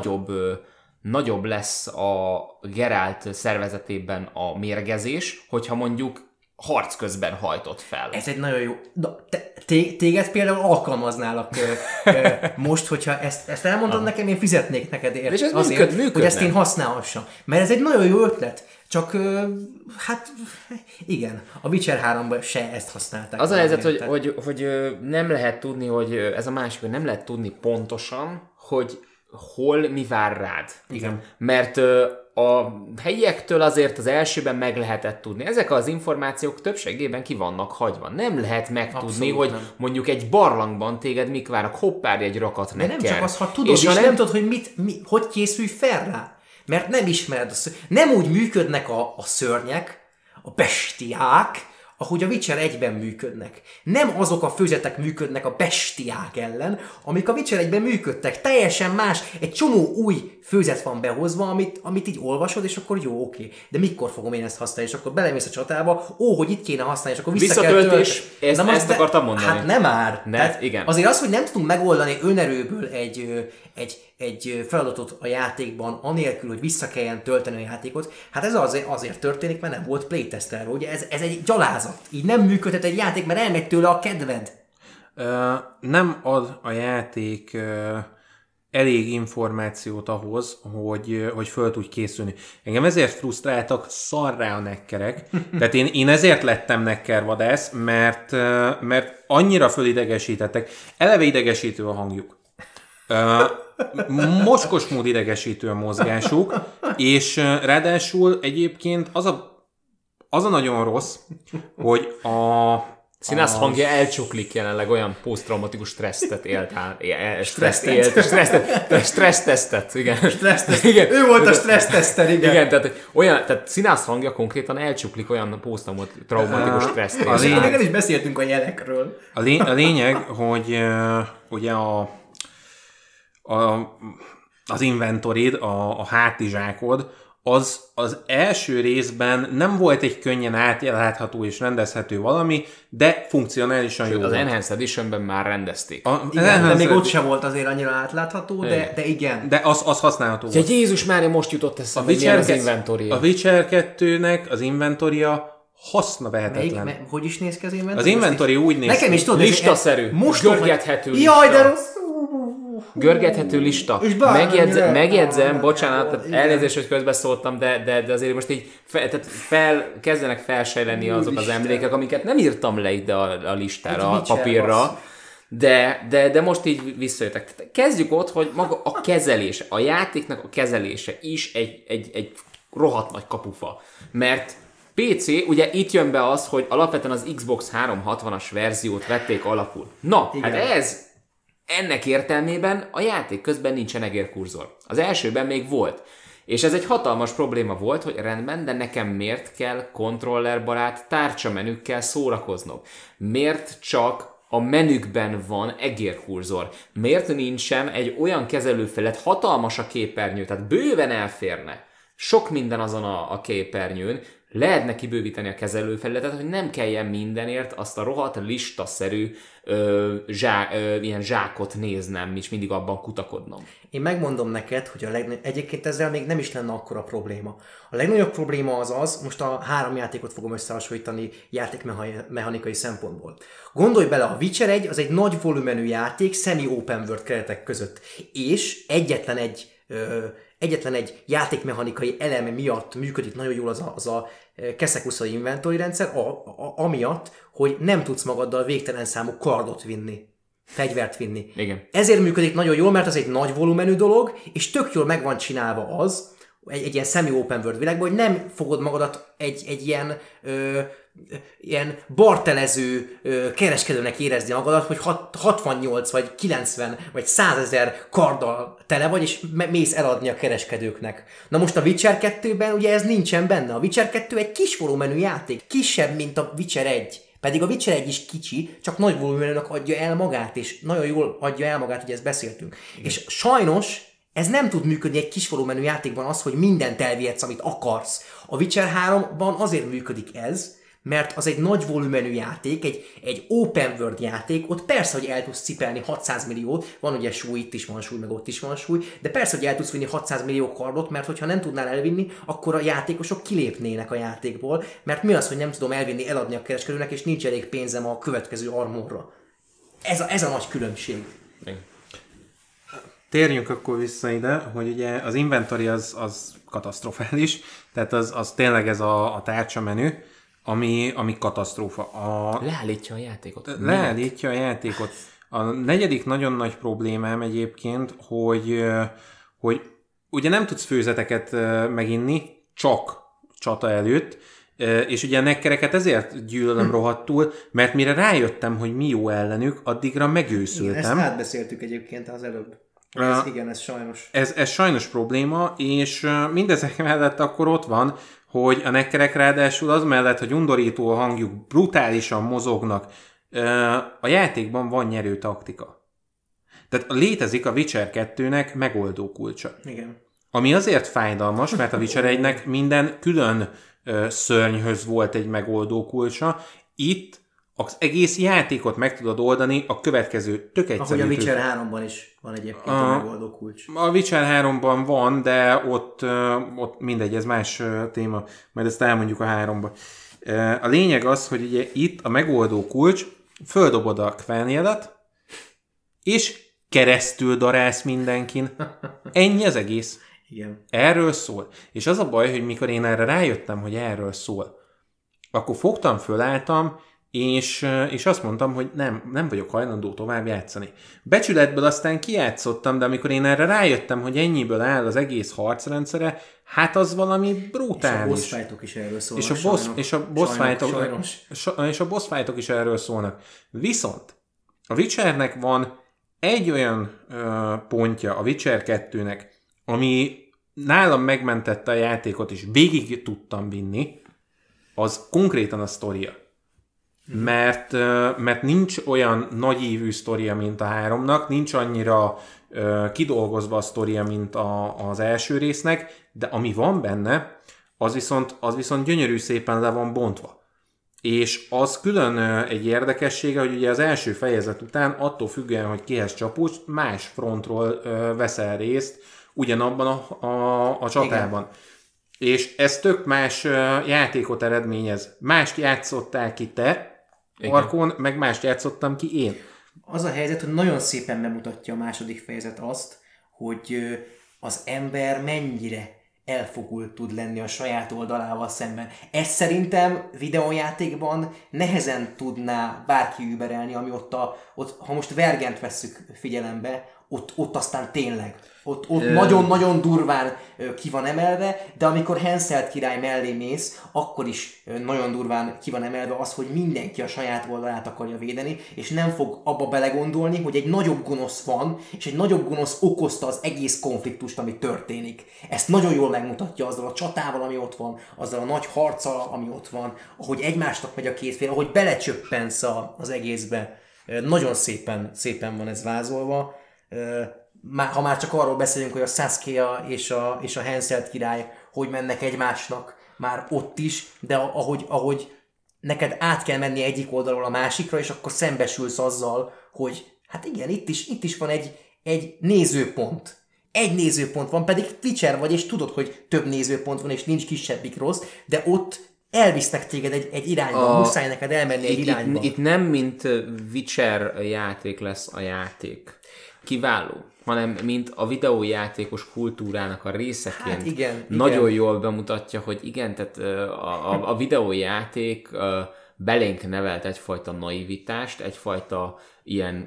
nagyobb lesz a Geralt szervezetében a mérgezés, hogyha mondjuk harc közben hajtott fel. Ez egy nagyon jó... Téged például alkalmaználak most, hogyha ezt elmondod nekem, én fizetnék neked azért, hogy ezt én használhassam. Mert ez egy nagyon jó ötlet. Csak, hát igen, a Witcher 3-ban se ezt használták. Az a helyzet, hogy nem lehet tudni, hogy ez a másik, hogy nem lehet tudni pontosan, hogy hol mi vár rád. Igen. Mert A helyiektől azért az elsőben meg lehetett tudni. Ezek az információk többségében ki vannak hagyva. Nem lehet megtudni, abszolút hogy nem. Mondjuk egy barlangban téged mik várnak, hoppárj egy rakat nekker. De nem csak az, ha tudod, és nem tudod, hogy hogy készülj fel rá. Mert nem ismered. Nem úgy működnek a szörnyek, a bestiák, ahogy a Witcher 1-ben működnek. Nem azok a főzetek működnek a bestiák ellen, amik a Witcher 1-ben működtek. Teljesen más, egy csomó új főzet van behozva, amit így olvasod, és akkor jó, oké. De mikor fogom én ezt használni? És akkor belemész a csatába, hogy itt kéne használni, és akkor vissza kell tölteni. Ezt akartam mondani. Hát nem már. Igen. Azért az, hogy nem tudunk megoldani önerőből egy feladatot a játékban, anélkül, hogy vissza kelljen tölteni a játékot, hát ez azért történik, mert nem volt playtesztelve. Ugye ez egy gyalázat. Így nem működhet egy játék, mert elmegy tőle a kedved. Nem ad a játék elég információt ahhoz, hogy föl tudj készülni. Engem ezért frusztráltak szarrá a nekkerek. Tehát én ezért lettem nekkervadász, mert annyira fölidegesítettek. Eleve idegesítő a hangjuk. Mocskos mód idegesítő a mozgásuk, és ráadásul egyébként az a nagyon rossz, hogy színász hangja elcsuklik jelenleg, olyan posztraumatikus stressztet élt át. Stressztesztet, igen. Igen. Ő volt a stresszteszter, igen. Igen, tehát színász hangja konkrétan elcsuklik olyan posztraumatikus stresszt. El is beszéltünk a jelekről. A lényeg, hogy ugye az inventorid, a hátizsákod, az első részben nem volt egy könnyen átlátható és rendezhető valami, de funkcionálisan jó volt. Az Enhanced Editionben már rendezték. Igen, de még ott sem volt azért annyira átlátható, de igen. De az használható volt. Jézus Mária, most jutott eszembe, milyen az inventoria. A Witcher 2-nek az inventoria hasznavehetetlen. Hogy is néz ki az inventoria? Az inventoria úgy néz ki. Nekem is tudod, listaszerű, görgethető lista. Jaj, de rossz! Görgethető lista. Megjegyzem, bocsánat, elnézést, hogy közbeszóltam, de azért most így kezdenek felsejleni azok az emlékek, amiket nem írtam le ide a listára, a papírra, de most így visszajöttek. Kezdjük ott, hogy maga a kezelése, a játéknak a kezelése is egy rohadt nagy kapufa. Mert PC, ugye itt jön be az, hogy alapvetően az Xbox 360-as verziót vették alapul. Na, igen. Hát ennek értelmében a játék közben nincsen egérkurzor. Az elsőben még volt. És ez egy hatalmas probléma volt, hogy rendben, de nekem miért kell kontrollerbarát tárcsamenükkel szórakoznom? Miért csak a menükben van egérkurzor? Miért nincsen egy olyan kezelőfelület, hatalmas a képernyő, tehát bőven elférne sok minden azon a képernyőn, lehetne kibővíteni a kezelőfelületet, hogy nem kelljen mindenért azt a rohadt listaszerű ilyen zsákot néznem, és mindig abban kutakodnom. Én megmondom neked, hogy egyébként ezzel még nem is lenne akkora probléma. A legnagyobb probléma az, most a 3 játékot fogom összehasonlítani játékmechanikai szempontból. Gondolj bele, a Witcher 1 az egy nagy volumenű játék, semi-open world keretek között, és egyetlen egy játékmechanikai eleme miatt működik nagyon jól az a Kesekuszai inventory rendszer, amiatt, hogy nem tudsz magaddal végtelen számú kardot vinni, fegyvert vinni. Igen. Ezért működik nagyon jól, mert az egy nagy volumenű dolog, és tök jól meg van csinálva az, egy ilyen semi-open world világban, hogy nem fogod magadat egy ilyen bartelező kereskedőnek érezni magadat, hogy 68 vagy 90 vagy 100 000 karddal tele vagy, és mész eladni a kereskedőknek. Na most a Witcher 2-ben ugye ez nincsen benne. A Witcher 2 egy kis volumenű játék, kisebb, mint a Witcher 1. Pedig a Witcher 1 is kicsi, csak nagy volumenűnek adja el magát, és nagyon jól adja el magát, hogy ezt beszéltünk. Mm. És sajnos ez nem tud működni egy kis volumenű játékban az, hogy mindent elvihetsz, amit akarsz. A Witcher 3-ban azért működik ez, mert az egy nagy volumenű játék, egy open world játék, ott persze, hogy el tudsz cipelni 600 milliót, van ugye súly, itt is van súly, meg ott is van súly, de persze, hogy el tudsz vinni 600 millió kardot, mert hogyha nem tudnál elvinni, akkor a játékosok kilépnének a játékból, mert mi az, hogy nem tudom elvinni, eladni a kereskedőnek, és nincs elég pénzem a következő armorra. Ez a nagy különbség. Térjünk akkor vissza ide, hogy ugye az inventory az katasztrofális, tehát az tényleg ez a tárcsamenü, ami katasztrófa. Leállítja a játékot. Leállítja a játékot. A negyedik nagyon nagy problémám egyébként, hogy ugye nem tudsz főzeteket meginni, csak csata előtt, és ugye a nekkereket ezért gyűlölöm rohadtul, mert mire rájöttem, hogy mi jó ellenük, addigra megőszültem. Igen, ezt átbeszéltük egyébként az előbb. Ez sajnos. Ez sajnos probléma, és mindezek mellett akkor ott van, hogy a nekkerek ráadásul az mellett, hogy undorító a hangjuk, brutálisan mozognak, a játékban van nyerő taktika. Tehát létezik a Witcher 2-nek megoldó kulcsa. Igen. Ami azért fájdalmas, mert a Witcher 1-nek minden külön szörnyhöz volt egy megoldó kulcsa. Itt az egész játékot meg tudod oldani a következő tök egyszerű. Ahogy a Witcher 3-ban is van egyébként a megoldó kulcs. A Witcher 3-ban van, de ott mindegy, ez más téma, majd ezt elmondjuk a 3-ba. A lényeg az, hogy ugye itt a megoldó kulcs, földobod a kvenjelet, és keresztül darálsz mindenkin. Ennyi az egész. Igen. Erről szól. És az a baj, hogy mikor én erre rájöttem, hogy erről szól, akkor fogtam, fölálltam, és azt mondtam, hogy nem vagyok hajlandó tovább játszani. Becsületből aztán kijátszottam, de amikor én erre rájöttem, hogy ennyiből áll az egész harcrendszere, hát az valami brutális. És a boss fightok is erről szólnak. És a boss fightok is erről szólnak. Viszont a Witchernek van egy olyan pontja, a Witcher 2-nek, ami nálam megmentette a játékot, és végig tudtam vinni, az konkrétan a sztoria. Mert nincs olyan nagyívű sztoria, mint a 3-nak, nincs annyira kidolgozva a sztoria, mint az első résznek, de ami van benne, az viszont gyönyörű szépen le van bontva. És az külön egy érdekessége, hogy ugye az első fejezet után attól függően, hogy kihez csapódsz, más frontról veszel részt ugyanabban a csatában. Igen. És ez tök más játékot eredményez. Mást játszottál ki te, Arkon, meg mást játszottam ki én. Az a helyzet, hogy nagyon szépen bemutatja a második fejezet azt, hogy az ember mennyire elfogult tud lenni a saját oldalával szemben. Ezt szerintem videójátékban nehezen tudná bárki überelni, ami ott ha most Vergent vesszük figyelembe, ott aztán tényleg. Ott nagyon-nagyon durván ki van emelve, de amikor Henselt király mellé mész, akkor is nagyon durván ki van emelve az, hogy mindenki a saját oldalát akarja védeni, és nem fog abba belegondolni, hogy egy nagyobb gonosz van, és egy nagyobb gonosz okozta az egész konfliktust, ami történik. Ezt nagyon jól megmutatja azzal a csatával, ami ott van, azzal a nagy harccal, ami ott van, ahogy egymásnak megy a két fél, ahogy belecsöppensz az egészbe. Nagyon szépen van ez vázolva. Ha már csak arról beszélünk, hogy a Saskia és a Henselt király hogy mennek egymásnak már ott is, de ahogy neked át kell menni egyik oldalról a másikra, és akkor szembesülsz azzal, hogy hát igen, itt is van egy nézőpont. Egy nézőpont van, pedig Witcher vagy, és tudod, hogy több nézőpont van, és nincs kisebbik rossz, de ott elvisznek téged egy irányba, muszáj neked elmenni egy irányba. Itt nem mint Witcher játék lesz a játék. Kiváló, hanem mint a videójátékos kultúrának a részeként hát igen. Nagyon jól bemutatja, hogy igen, tehát a videójáték belénk nevelt egyfajta naivitást, egyfajta ilyen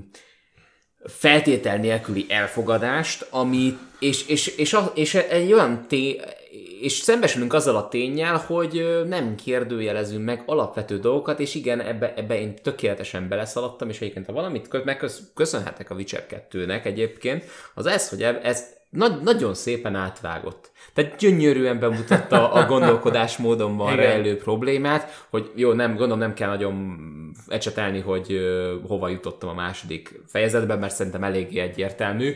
feltétel nélküli elfogadást, ami és egy olyan és szembesülünk azzal a ténnyel, hogy nem kérdőjelezünk meg alapvető dolgokat, és igen, ebbe én tökéletesen beleszaladtam, és egyébként ha valamit megköszönhetek a Witcher 2-nek egyébként, az ez, hogy ez nagyon szépen átvágott. Tehát gyönyörűen bemutatta a gondolkodásmódomban rejlő problémát, hogy jó, gondolom nem kell nagyon ecsetelni, hogy hova jutottam a második fejezetben, mert szerintem eléggé egyértelmű.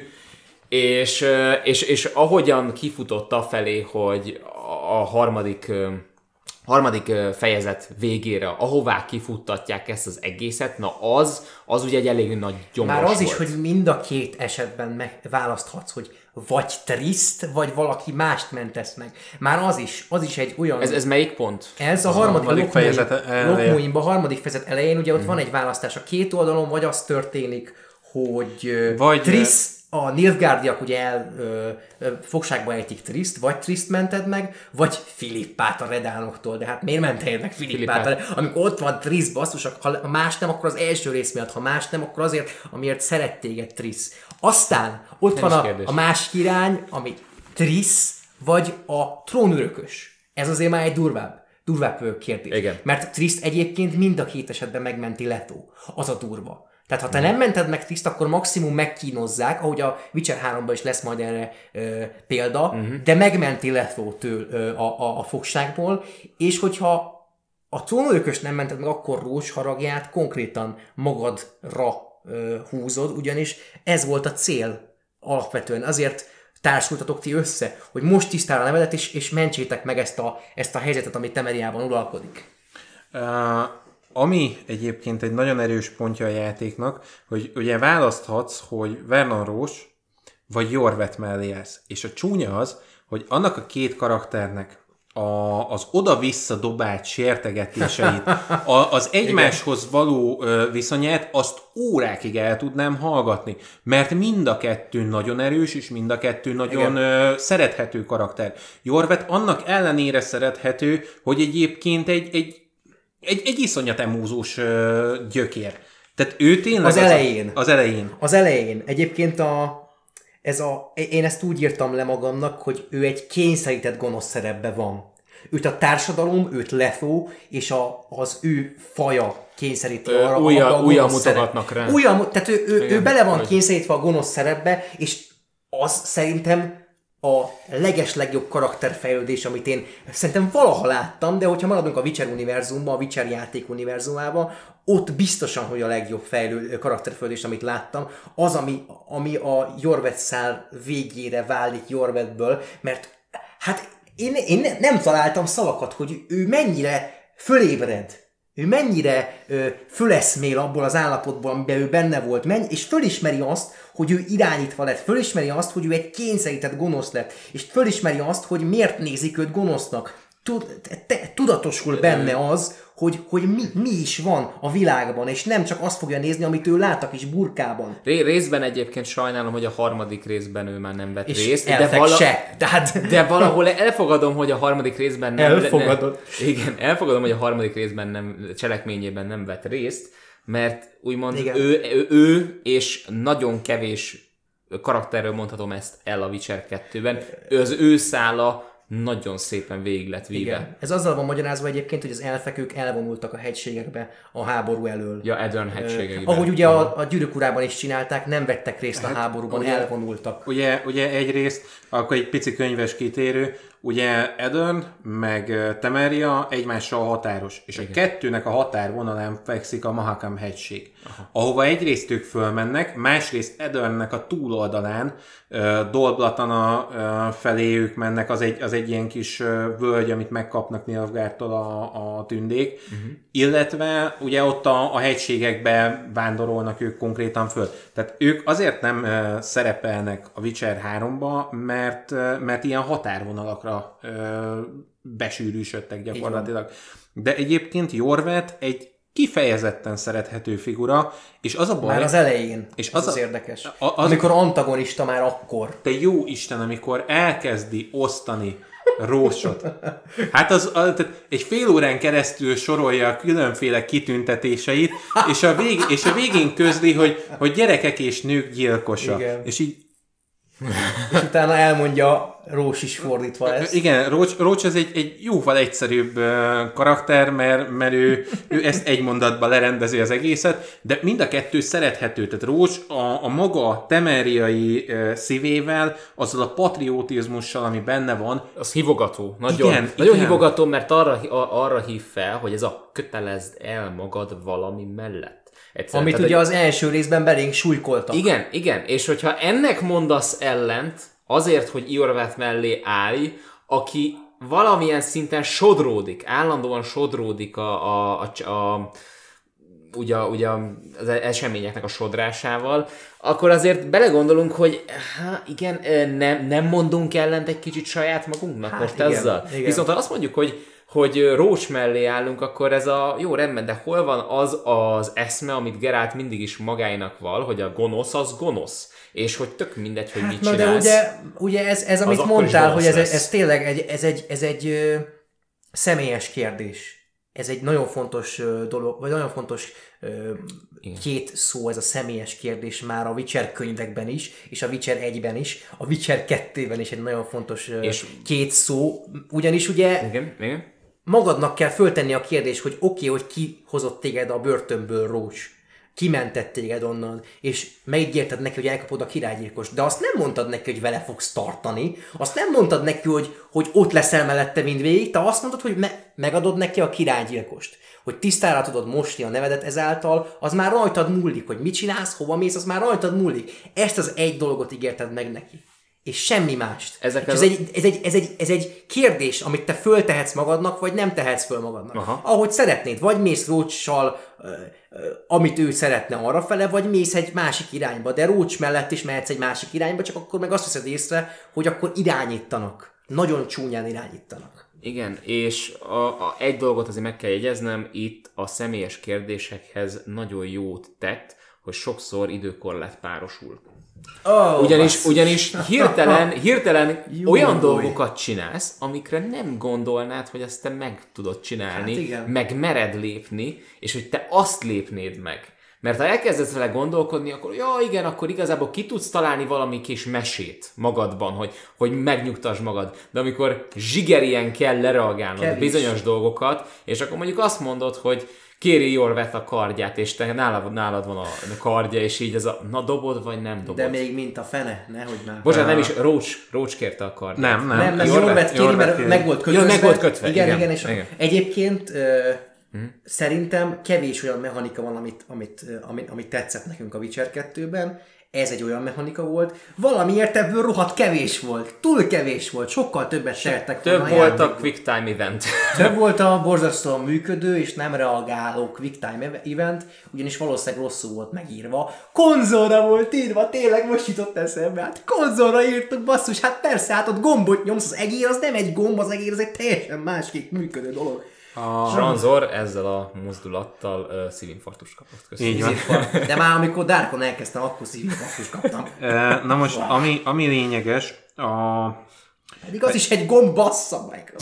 És ahogyan kifutott afelé, hogy a harmadik fejezet végére, ahová kifuttatják ezt az egészet, na az ugye egy elég nagy gyomros már az volt. Is, hogy mind a két esetben választhatsz, hogy vagy Triszt, vagy valaki mást mentesz meg. Már az is egy olyan... Ez melyik pont? Ez a harmadik fejezet harmadik fejezet elején, ugye ott van egy választás a két oldalon, vagy az történik, hogy Triszt, a Nilfgaardiak ugye fogságba ejtik Triszt, vagy Triszt mented meg, vagy Filippát a Redánoktól, de hát miért mented meg Filippát? Amikor ott van Triszt, basszus, ha más nem, akkor az első rész miatt, ha más nem, akkor azért, amiért szeret téged Triszt. Aztán ott van a más király, ami Triss vagy a trónörökös? Ez azért már egy durvább kérdés. Igen. Mert Triss egyébként mind a két esetben megmenti Leto. Az a durva. Tehát ha te nem mented meg Triszt, akkor maximum megkínozzák, ahogy a Witcher 3-ban is lesz majd erre példa, de megmenti Leto-től a fogságból, és hogyha a trónörököst nem mented meg, akkor Roach haragját konkrétan magadra húzod, ugyanis ez volt a cél alapvetően. Azért társultatok ti össze, hogy most tisztára a nevedet, és mentsétek meg ezt a helyzetet, ami Temeriában uralkodik. Ami egyébként egy nagyon erős pontja a játéknak, hogy ugye választhatsz, hogy Vernon Roche vagy Jorvet mellé állsz. És a csúnya az, hogy annak a két karakternek az oda-vissza dobált sértegetéseit, az egymáshoz való viszonyát, azt órákig el tudnám hallgatni. Mert mind a kettő nagyon erős, és mind a kettő nagyon szerethető karakter. Jorvet annak ellenére szerethető, hogy egyébként egy iszonyat emózós gyökér. Tehát ő tényleg... Az elején. Egyébként én ezt úgy írtam le magamnak, hogy ő egy kényszerített gonosz szerepben van. Őt a társadalom, őt Leto, és az ő faja kényszeríti arra, újra mutogatnak rá. Tehát ő bele van kényszerítve a gonosz szerepbe, és az szerintem a legeslegjobb karakterfejlődés, amit én szerintem valaha láttam, de hogyha maradunk a Witcher univerzumban, a Witcher játék univerzumában, ott biztosan, hogy a legjobb karakterfejlődés, amit láttam, az, ami a Jorvet szál végére válik Jorvetből, mert hát én nem találtam szavakat, hogy ő mennyire fölébred, ő mennyire föleszmél abból az állapotból, amiben ő benne volt, és fölismeri azt, hogy ő irányítva lett, fölismeri azt, hogy ő egy kényszerített gonosz lett, és fölismeri azt, hogy miért nézik őt gonosznak. Tudatosul benne az, hogy mi is van a világban, és nem csak azt fogja nézni, amit ő lát a kis burkában. Részben egyébként sajnálom, hogy a harmadik részben ő már nem vett részt. De valahol elfogadom, hogy a harmadik részben nem... Elfogadod. Igen, elfogadom, hogy a harmadik részben nem, cselekményében nem vett részt, mert úgymond ő és nagyon kevés karakterről mondhatom ezt el a Witcher 2-ben. Az ő szála nagyon szépen végig lett víve. Igen. Ez azzal van magyarázva egyébként, hogy az elfek elvonultak a hegységekbe a háború elől. Ja, Edirne hegységekbe. Ahogy ugye a Gyűrűk Urában is csinálták, nem vettek részt a háborúban, elvonultak. Ugye egyrészt, akkor egy pici könyves kitérő, ugye Edirne meg Temeria egymással határos, és a kettőnek a határvonalán fekszik a Mahakam hegység. Ahova egyrészt ők fölmennek, másrészt Edirne-nek a túloldalán, Dol Blatana felé ők mennek, az egy ilyen kis völgy, amit megkapnak Nilfgaardtól a tündék, illetve ugye ott a hegységekbe vándorolnak ők konkrétan föl. Tehát ők azért nem szerepelnek a Witcher 3-ba, mert ilyen határvonalakra besűrűsödtek gyakorlatilag. De egyébként Jorvet egy kifejezetten szerethető figura, és az a baj... Már az elején, és az érdekes. Amikor antagonista már akkor. Te jó Isten, amikor elkezdi osztani Roche-ot. Hát tehát egy fél órán keresztül sorolja a különféle kitüntetéseit, és a végén közli, hogy gyerekek és nők gyilkosa. Igen. És így... És utána elmondja Roche is fordítva ezt. Igen, Roche az egy jóval egyszerűbb karakter, mert ő ezt egy mondatban lerendezi az egészet, de mind a kettő szerethető. Tehát Roche a maga temeriai szívével, azzal a patriotizmussal, ami benne van. Az hívogató. Nagyon hívogató, mert arra hív fel, hogy ez a kötelezd el magad valami mellett. Egyszerűen, amit ugye az első részben belénk súlykoltak. Igen, és hogyha ennek mondasz ellent, azért, hogy Jorvet mellé állj, aki valamilyen szinten sodródik, állandóan sodródik ugye az eseményeknek a sodrásával, akkor azért belegondolunk, hogy igen, nem mondunk ellent egy kicsit saját magunknak most ezzel. Igen. Viszont ha azt mondjuk, hogy Roche mellé állunk, akkor ez jó rendben, de hol van az eszme, amit Geralt mindig is magáinak val, hogy a gonosz az gonosz, és hogy tök mindegy, hogy mit csinálsz. De ugye ez amit mondtál, hogy ez tényleg ez egy személyes kérdés. ez egy nagyon fontos dolog, vagy nagyon fontos két szó, ez a személyes kérdés már a Witcher könyvekben is, és a Witcher 1-ben is, a Witcher 2-ben is egy nagyon fontos két szó, ugyanis ugye igen. Magadnak kell föltenni a kérdést, hogy oké, hogy ki hozott téged a börtönből, Roach. Kimentett téged onnan, és megígérted neki, hogy elkapod a királygyilkost, de azt nem mondtad neki, hogy vele fogsz tartani, azt nem mondtad neki, hogy ott leszel mellette mindvégig, te azt mondtad, hogy megadod neki a királygyilkost. Hogy tisztára tudod mosni a nevedet ezáltal, az már rajtad múlik, hogy mit csinálsz, hova mész, az már rajtad múlik. Ezt az egy dolgot ígérted meg neki. És semmi mást. Ez egy kérdés, amit te föltehetsz magadnak, vagy nem tehetsz föl magadnak. Aha. Ahogy szeretnéd. Vagy mész Roach-sal, amit ő szeretne arrafele, vagy mész egy másik irányba. De Roach mellett is mehetsz egy másik irányba, csak akkor meg azt veszed észre, hogy akkor irányítanak. Nagyon csúnyán irányítanak. Igen, és egy dolgot azért meg kell jegyeznem, itt a személyes kérdésekhez nagyon jót tett, hogy sokszor időkorlát párosul. Ugyanis hirtelen olyan dolgokat csinálsz, amikre nem gondolnád, hogy azt te meg tudod csinálni, meg mered lépni, és hogy te azt lépnéd meg. Mert ha elkezdesz vele gondolkodni, akkor igen, akkor igazából ki tudsz találni valami kis mesét magadban, hogy megnyugtasd magad. De amikor zsigerien kell lereagálnod bizonyos dolgokat, és akkor mondjuk azt mondod, hogy kéri Jorveth a kardját, és te nálad van a kardja, és így ez na dobod, vagy nem dobod. De még mint a fene, nehogy már. Bocsánat, nem is, Roach kérte a kardját. Nem, Jorveth kéri, mert meg volt kötve. Meg volt kötve. Igen. És egyébként szerintem kevés olyan mechanika van, amit tetszett nekünk a Witcher 2-ben. Ez egy olyan mechanika volt. Valamiért ebből rohadt kevés volt. Túl kevés volt. Sokkal többet tehettek volna. Több volt a Quick Time Event. Több volt a borzasztóan működő és nem reagáló Quick Time Event, ugyanis valószínűleg rosszul volt megírva. Konzolra volt írva, tényleg most jutott eszembe. Hát konzolra írtuk, basszus, hát persze, hát ott gombot nyomsz, az egér az nem egy gomb, az egér az egy teljesen másképp működő dolog. Franzor ezzel a mozdulattal szívinfarktust kapott. Köszönöm. De már amikor Darkon elkezdtem, akkor szívinfarktust kaptam. Na most, ami lényeges, pedig az is egy gomb, bassza meg.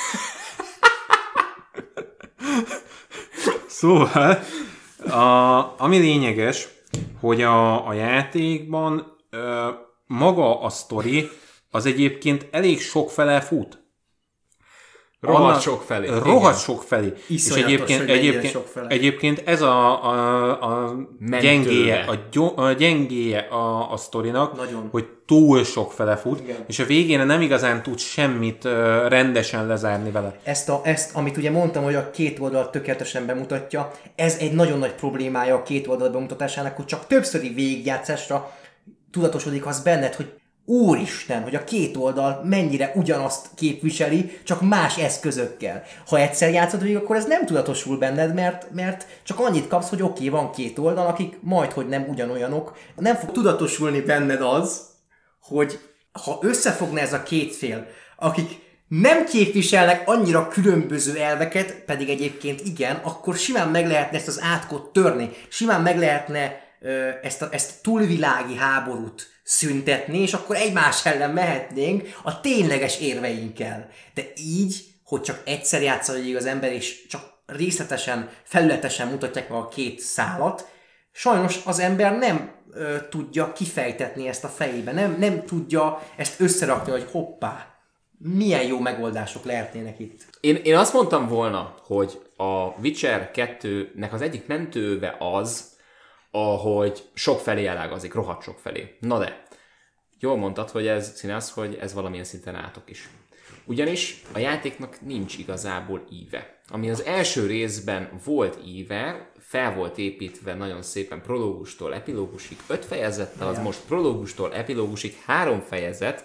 Szóval, ami lényeges, hogy a játékban maga a sztori az egyébként elég sokfele fut. Rohadt sok felé. És egyébként ez a gyengéje a sztorinak, nagyon. Hogy túl sok fele fut, igen. És a végén nem igazán tud semmit rendesen lezárni vele. Ezt, amit ugye mondtam, hogy a két oldalt tökéletesen bemutatja, ez egy nagyon nagy problémája a két oldal bemutatásának, hogy csak többszöri végigjátszásra tudatosodik az benned, hogy úristen, hogy a két oldal mennyire ugyanazt képviseli, csak más eszközökkel. Ha egyszer játszod végig, akkor ez nem tudatosul benned, mert csak annyit kapsz, hogy oké, van két oldal, akik majdhogy nem ugyanolyanok. Nem fog tudatosulni benned az, hogy ha összefogna ez a két fél, akik nem képviselnek annyira különböző elveket, pedig egyébként igen, akkor simán meg lehetne ezt az átkot törni, simán meg lehetne ezt a túlvilági háborút szüntetni, és akkor egymás ellen mehetnénk a tényleges érveinkkel. De így, hogy csak egyszer játsza végig az ember, és csak részletesen, felületesen mutatják meg a két szálat, sajnos az ember nem tudja kifejtetni ezt a fejében, nem tudja ezt összerakni, hogy hoppá, milyen jó megoldások lehetnének itt. Én azt mondtam volna, hogy a Witcher 2-nek az egyik mentőve az, ahogy sok felé elágazik, rohadt sok felé. Na de, jól mondtad, hogy ez színász, hogy ez valamilyen szinten átok is. Ugyanis a játéknak nincs igazából íve. Ami az első részben volt íve, fel volt építve nagyon szépen prológustól epilógusig 5 fejezettel, az most prológustól epilógusig 3 fejezet,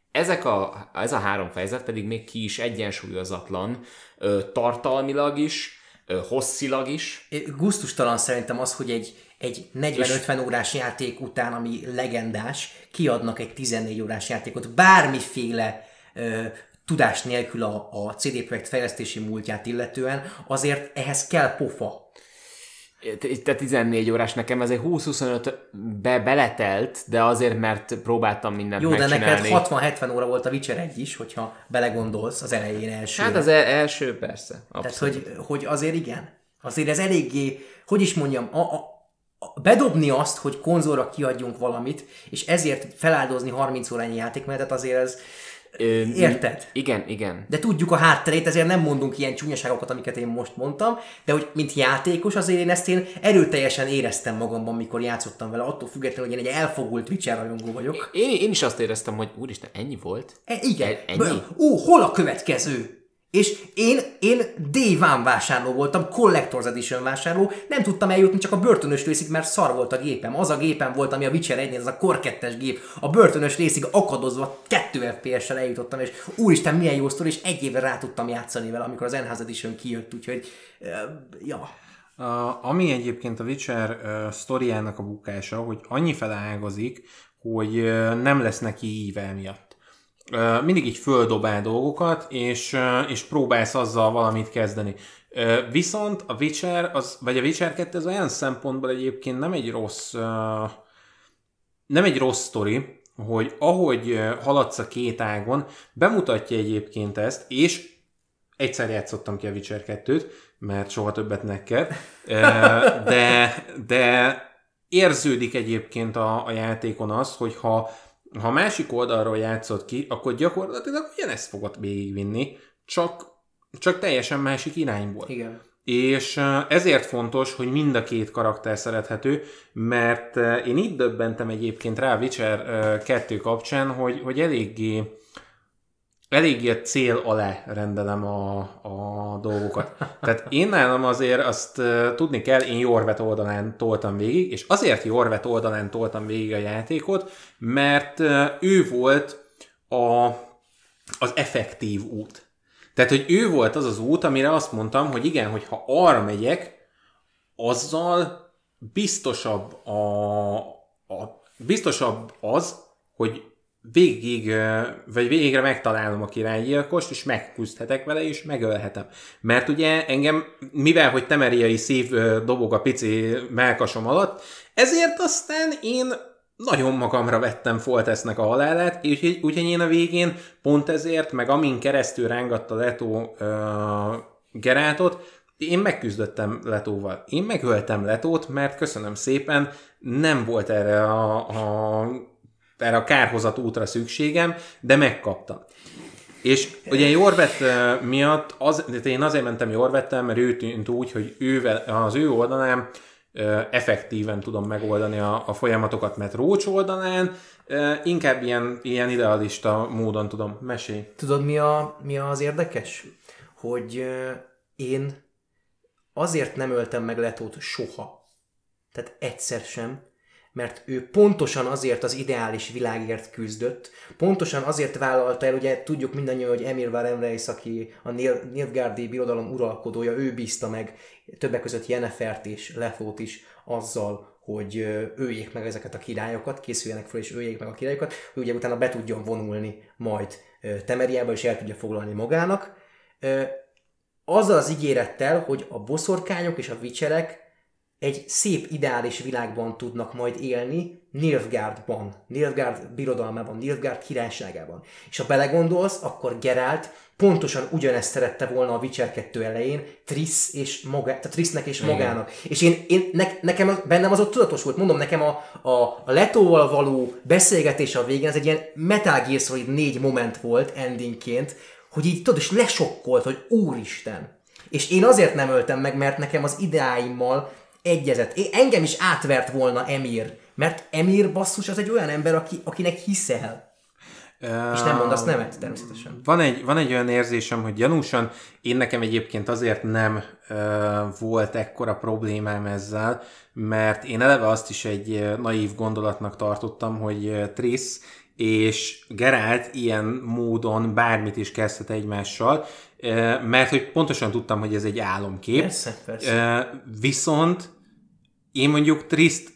ez a 3 fejezet pedig még ki is egyensúlyozatlan, tartalmilag is, hosszilag is. Gusztustalan szerintem az, hogy egy 40-50 órás játék után, ami legendás, kiadnak egy 14 órás játékot, bármiféle tudás nélkül a CD Projekt fejlesztési múltját illetően, azért ehhez kell pofa. Te 14 órás, nekem ez egy 20-25-be beletelt, de azért, mert próbáltam mindent megcsinálni. Jó, de neked 60-70 óra volt a Witcher 1 is, hogyha belegondolsz az elején első. Hát az első persze. Abszolút. Tehát, hogy azért igen. Azért ez eléggé, hogy is mondjam, bedobni azt, hogy konzolra kiadjunk valamit, és ezért feláldozni 30 órányi játékmenetet, azért ez... Érted? Igen. De tudjuk a hátterét, ezért nem mondunk ilyen csúnyaságokat, amiket én most mondtam, de hogy mint játékos azért én erőteljesen éreztem magamban, mikor játszottam vele, attól függetlenül, hogy én egy elfogult Witcher rajongó vagyok. Én is azt éreztem, hogy úristen, ennyi volt? Igen. Ennyi? Hol a következő? És én Day One vásárló voltam, Collector's Edition vásárló, nem tudtam eljutni csak a börtönös részig, mert szar volt a gépem. Az a gépem volt, ami a Witcher 1-nél, ez a Core 2-es gép. A börtönös részig akadozva 2 FPS-sel eljutottam, és úristen, milyen jó sztori, és egy évre rá tudtam játszani vele, amikor az Enhanced Edition kijött, úgyhogy, ja. Ami egyébként a Witcher sztoriának a bukása, hogy annyi fele ágazik, hogy nem lesz neki íve miatt. Mindig így földobál dolgokat, és próbálsz azzal valamit kezdeni. Viszont a Witcher, vagy a Witcher 2 az olyan szempontból egyébként nem egy rossz sztori, hogy ahogy haladsz a két ágon, bemutatja egyébként ezt, és egyszer játszottam ki a Witcher 2-t, mert soha többet neked, de érződik egyébként a játékon az, hogy ha a másik oldalról játszod ki, akkor gyakorlatilag ugyanezt fogod végigvinni, csak teljesen másik irányból. Igen. És ezért fontos, hogy mind a két karakter szerethető, mert én itt döbbentem egyébként rá a Witcher 2 kapcsán, hogy eléggé a cél alá rendelem a dolgokat. Tehát én nálam azért azt tudni kell, én Jorvet oldalán toltam végig, és azért Jorvet oldalán toltam végig a játékot, mert ő volt az effektív út. Tehát, hogy ő volt az út, amire azt mondtam, hogy igen, hogyha arra megyek, azzal biztosabb az, hogy végigre megtalálom a királygyilkost, és megküzdhetek vele, és megölhetem. Mert ugye engem, mivel hogy temeriai szív dobog a pici mellkasom alatt, ezért aztán én nagyon magamra vettem Foltesznek a halálát, úgyhogy én a végén pont ezért, meg amin keresztül rángatta Leto Geraltot, én megküzdöttem Letóval. Én megöltem Letót, mert köszönöm szépen, nem volt erre a kárhozat útra szükségem, de megkaptam. És ugye Jorvet miatt, én azért mentem Jorvettel, mert ő tűnt úgy, hogy az ő oldalán effektíven tudom megoldani a folyamatokat, mert Roach oldalán inkább ilyen idealista módon tudom mesélni. Tudod, mi az érdekes? Hogy én azért nem öltem meg Letót soha. Tehát egyszer sem, mert ő pontosan azért az ideális világért küzdött, pontosan azért vállalta el, ugye tudjuk mindannyian, hogy Emhyr var Emreis, aki a Nilfgaardi birodalom uralkodója, ő bízta meg többek között Yennefert és Letót is azzal, hogy öljék meg ezeket a királyokat, készüljenek fel és öljék meg a királyokat, hogy ugye utána be tudjon vonulni majd Temeriába és el tudja foglalni magának. Azzal az ígérettel, hogy a boszorkányok és a witcherek egy szép, ideális világban tudnak majd élni, Nilfgaardban, Nilfgaard birodalmában, Nilfgaard királyságában. És ha belegondolsz, akkor Geralt pontosan ugyanezt szerette volna a Witcher 2 elején, Trissnek és magának. És nekem bennem az ott tudatos volt, mondom, nekem a Letóval való beszélgetés a végén, ez egy ilyen Metal Gear Solid 4 moment volt endingként, hogy így tudod, és lesokkolt, hogy úristen. És én azért nem öltem meg, mert nekem az ideáimmal egyezett. Engem is átvert volna Emhyr, mert Emhyr basszus az egy olyan ember, akinek hiszel. És nem mondasz nemet, természetesen. Van egy olyan érzésem, hogy gyanúsan nekem egyébként azért nem volt ekkora problémám ezzel, mert én eleve azt is egy naív gondolatnak tartottam, hogy Triss és Geralt ilyen módon bármit is kezdhet egymással, mert hogy pontosan tudtam, hogy ez egy álomkép. Persze. Viszont én mondjuk Triszt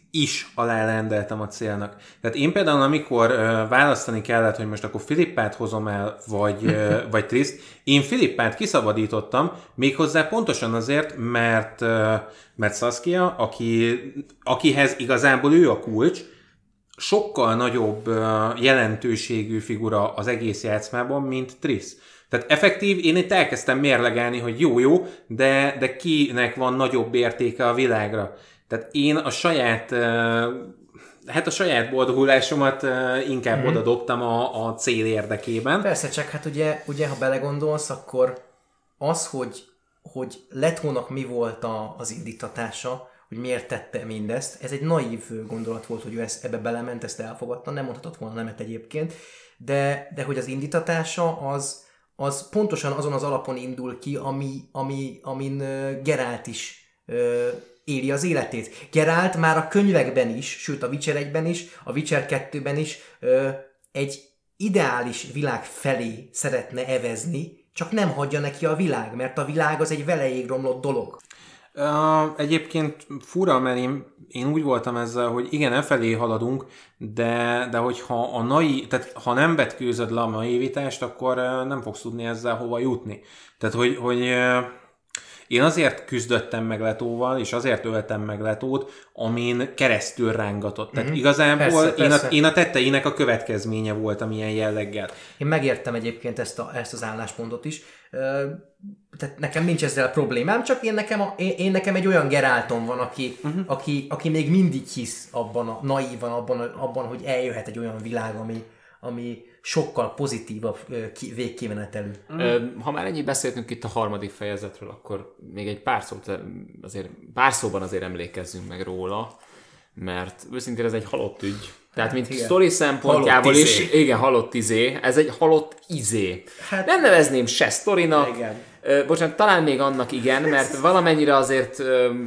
is alárendeltem a célnak. Tehát én például, amikor választani kellett, hogy most akkor Filippát hozom el, vagy Triszt, én Filippát kiszabadítottam, méghozzá pontosan azért, mert Saskia, akihez igazából ő a kulcs, sokkal nagyobb jelentőségű figura az egész játszmában, mint Triss. Tehát effektív, én itt elkezdtem mérlegelni, hogy jó, de kinek van nagyobb értéke a világra. Tehát én a saját boldogulásomat inkább oda dobtam a cél érdekében. Persze, csak hát ugye ha belegondolsz, akkor az, hogy Letónak mi volt az indítatása, hogy miért tette mindezt, ez egy naív gondolat volt, hogy ő ebbe belement, ezt elfogadta, nem mondhatott volna nemet egyébként, de hogy az indítatása az pontosan azon az alapon indul ki, amin Geralt is éli az életét. Geralt már a könyvekben is, sőt a Witcher 1-ben is, a Witcher 2-ben is egy ideális világ felé szeretne evezni, csak nem hagyja neki a világ, mert a világ az egy veleig romlott dolog. Egyébként fura, mert én úgy voltam ezzel, hogy igen, e felé haladunk, de hogyha tehát ha nem vetkőzöd le a naivitást, akkor nem fogsz tudni ezzel hova jutni. Tehát, hogy én azért küzdöttem meg Letóval, és azért öltem meg Letót, amin keresztül rángatott. Tehát igazából persze. Én a tetteinek a következménye voltam ilyen jelleggel. Én megértem egyébként ezt az álláspontot is. Tehát nekem nincs ezzel problémám, csak én nekem egy olyan Geraltom van, aki még mindig hisz naívan abban, hogy eljöhet egy olyan világ, ami sokkal pozitívabb végkimenetelű. Ha már ennyi beszéltünk itt a harmadik fejezetről, akkor még egy pár szóban azért emlékezzünk meg róla, mert őszintén ez egy halott ügy. Tehát, mint sztori szempontjából is, igen, halott izé, ez egy halott izé. Hát, nem nevezném se sztorinak, bocsánat, talán még annak igen, mert valamennyire azért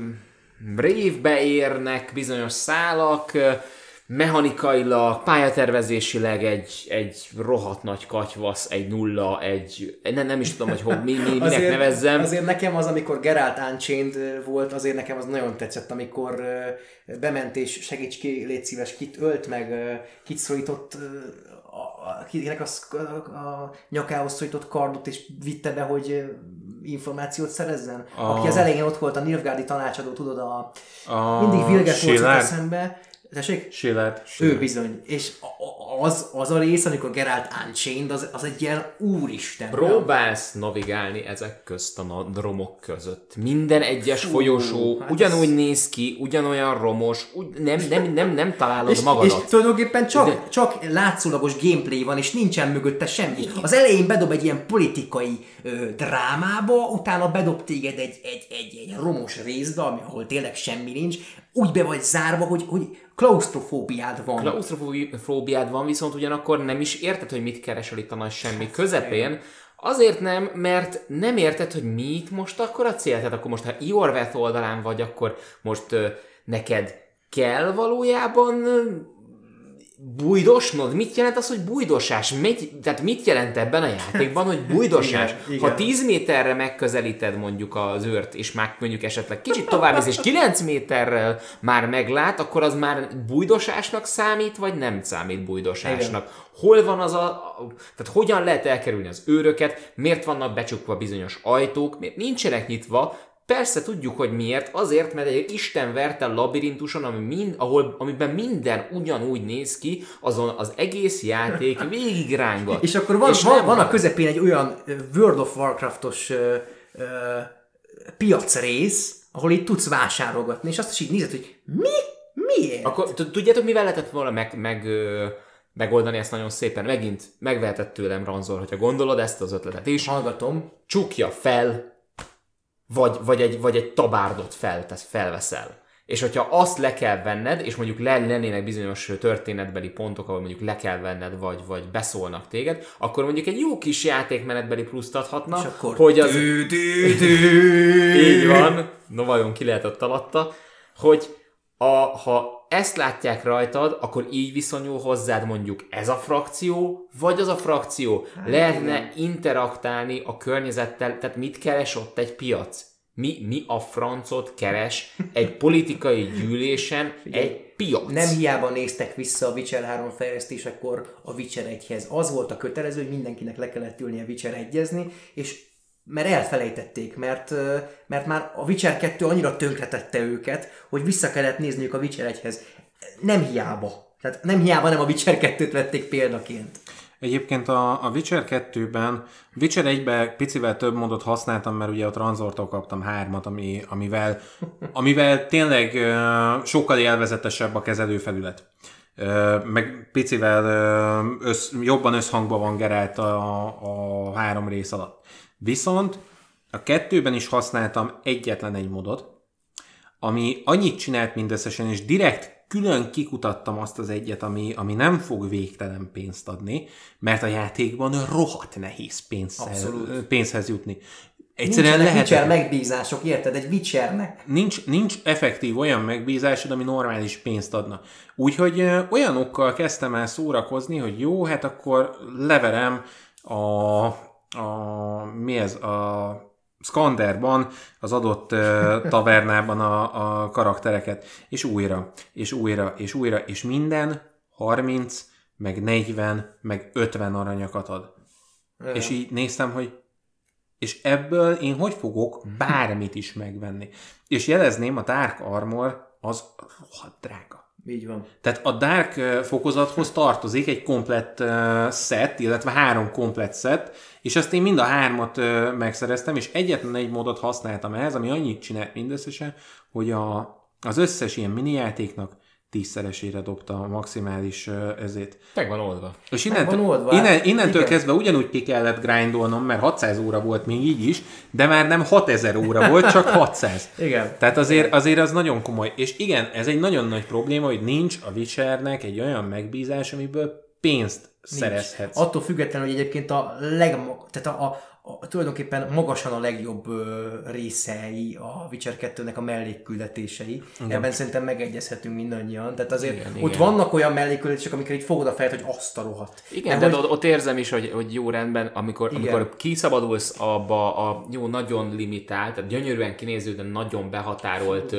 révbe érnek bizonyos szálak, mechanikailag, pályatervezésileg egy rohadt nagy katyvasz, egy nulla, nem is tudom, hogy minek nevezzem. Azért nekem az, amikor Geralt Unchained volt, azért nekem az nagyon tetszett, amikor bement és segíts ki, légy szíves, kit ölt meg, kit szorított, kinek a nyakához szorított kardot, és vitte be, hogy információt szerezzen. Aki az elején ott volt, a Nilfgaardi tanácsadó, tudod, mindig Vilget volt eszembe. Tessék? Shillard. Ő bizony. És az a rész, amikor Geralt Unchained, az egy ilyen úristen. Próbálsz navigálni ezek közt a romok között. Minden egyes folyosó ugyanúgy néz ki, ugyanolyan romos, nem találod magadat. És tulajdonképpen csak látszólagos gameplay van, és nincsen mögötte semmi. Az elején bedob egy ilyen politikai drámába, utána bedob téged egy romos részbe, ahol tényleg semmi nincs, úgy be vagy zárva, hogy klausztrofóbiád van. Klausztrofóbiád van, viszont ugyanakkor nem is érted, hogy mit keresel itt a nagy semmi közepén. Azért nem, mert nem érted, hogy mi itt most akkor a cél. Tehát akkor most, ha Iorveth oldalán vagy, akkor most neked kell valójában bujdosnod? Mit jelent az, hogy bujdosás? Tehát mit jelent ebben a játékban, hogy bujdosás? Igen. Ha 10 méterre megközelíted mondjuk az őrt, és már mondjuk esetleg kicsit tovább és 9 méterrel már meglát, akkor az már bujdosásnak számít, vagy nem számít bujdosásnak? Igen. Hol van tehát hogyan lehet elkerülni az őröket? Miért vannak becsukva bizonyos ajtók? Miért nincsenek nyitva? Persze tudjuk, hogy miért. Azért, mert egy istenvertel labirintuson, amiben minden ugyanúgy néz ki, azon az egész játék végigrángat. És akkor van a közepén egy olyan World of Warcraftos piacrész, ahol itt tudsz vásárolgatni, és azt is így nézed, hogy miért? Akkor tudjátok, mivel lehetett volna megoldani ezt nagyon szépen? Megint megvehetett tőlem Ranzor, hogyha gondolod ezt az ötletet is. Hallgatom. Csukja fel, vagy egy tabárdot felveszel. És hogyha azt le kell venned, és mondjuk lennének bizonyos történetbeli pontok, ahol mondjuk le kell venned, vagy beszólnak téged, akkor mondjuk egy jó kis játékmenetbeli pluszt adhatna, és akkor hogy az... Így van, no vajon ki lehetett alatta, hogy ha ezt látják rajtad, akkor így viszonyul hozzád mondjuk ez a frakció, vagy az a frakció. Lehetne interaktálni a környezettel, tehát mit keres ott egy piac? Mi a francot keres egy politikai gyűlésen egy piac? Nem hiába néztek vissza a Witcher 3 fejlesztésekor a Witcher 1-hez. Az volt a kötelező, hogy mindenkinek le kellett ülni a Witcher 1-ezni, és mert elfelejtették, mert már a Witcher 2 annyira tönkretette őket, hogy vissza kellett nézniük a Witcher 1-hez. Nem hiába. Tehát nem hiába nem a Witcher 2-t vették példaként. Egyébként a Witcher 2-ben, Witcher 1-ben picivel több módot használtam, mert ugye a Transortól kaptam 3-at, amivel tényleg sokkal élvezetesebb a kezelőfelület. Meg picivel jobban összhangban van Geralt a 3 rész alatt. Viszont a 2-ben is használtam egyetlen egy modot, ami annyit csinált mindösszesen, és direkt külön kikutattam azt az egyet, ami nem fog végtelen pénzt adni, mert a játékban rohadt nehéz pénzhez jutni. Egyszerűen nincsenek Witcher megbízások, érted? Egy Witchernek. Nincs effektív olyan megbízásod, ami normális pénzt adna. Úgyhogy olyanokkal kezdtem el szórakozni, hogy jó, hát akkor leverem a Skanderban, az adott tavernában a karaktereket, és újra, és újra, és újra, és minden 30, meg 40, meg 50 aranyakat ad. És így néztem, hogy és ebből én hogy fogok bármit is megvenni. És jelezném, a Dark Armor az rohadt drága. Így van. Tehát a Dark fokozathoz tartozik egy komplett set, illetve 3 komplett set, és ezt én mind a 3-at megszereztem, és egyetlen egy módot használtam ehhez, ami annyit csinált mindösszesen, hogy az összes ilyen minijátéknak 10-szeresére dobta a maximális ezét. Meg van oldva. És innentől kezdve ugyanúgy ki kellett grindolnom, mert 600 óra volt még így is, de már nem 6000 óra volt, csak 600. Igen. Tehát azért az nagyon komoly. És igen, ez egy nagyon nagy probléma, hogy nincs a Witchernek egy olyan megbízás, amiből pénzt szerezhetsz. Attól függetlenül, hogy egyébként tulajdonképpen magasan a legjobb részei a Witcher 2-nek a mellékküldetései. Ebben szerintem megegyezhetünk mindannyian. Tehát azért ott vannak olyan mellékküldetések, amikor így fogod a fejet, hogy azt a rohadt. Igen, de ott érzem is, hogy jó rendben, amikor kiszabadulsz abba a jó, nagyon limitált, tehát gyönyörűen kinéző, de nagyon behatárolt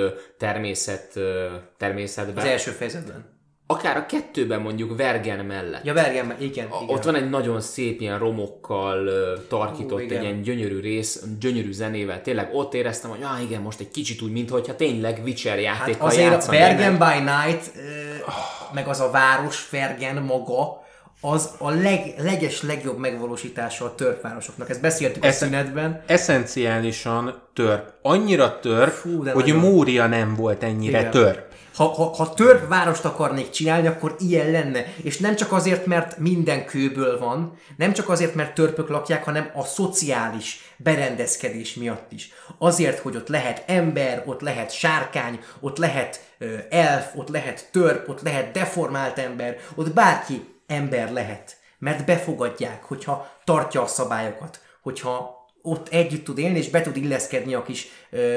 természetben. Az első fejezetben. Akár a 2-ben mondjuk Vergen mellett. Ja, Vergen, igen. Ott van egy nagyon szép ilyen romokkal tarkított, egy ilyen gyönyörű rész, gyönyörű zenével. Tényleg ott éreztem, hogy igen, most egy kicsit úgy, mintha tényleg Witcher játékkal azért játszani. Azért a Vergen by Night, meg az a város Vergen maga, az a legjobb megvalósítása a törpvárosoknak. Ezt beszéltük a szünetben. Eszenciálisan törp. Annyira törp, hogy Mória nem volt ennyire törp. Ha törp várost akarnék csinálni, akkor ilyen lenne. És nem csak azért, mert minden kőből van, nem csak azért, mert törpök lakják, hanem a szociális berendezkedés miatt is. Azért, hogy ott lehet ember, ott lehet sárkány, ott lehet elf, ott lehet törp, ott lehet deformált ember, ott bárki ember lehet. Mert befogadják, hogyha tartja a szabályokat, hogyha ott együtt tud élni, és be tud illeszkedni a kis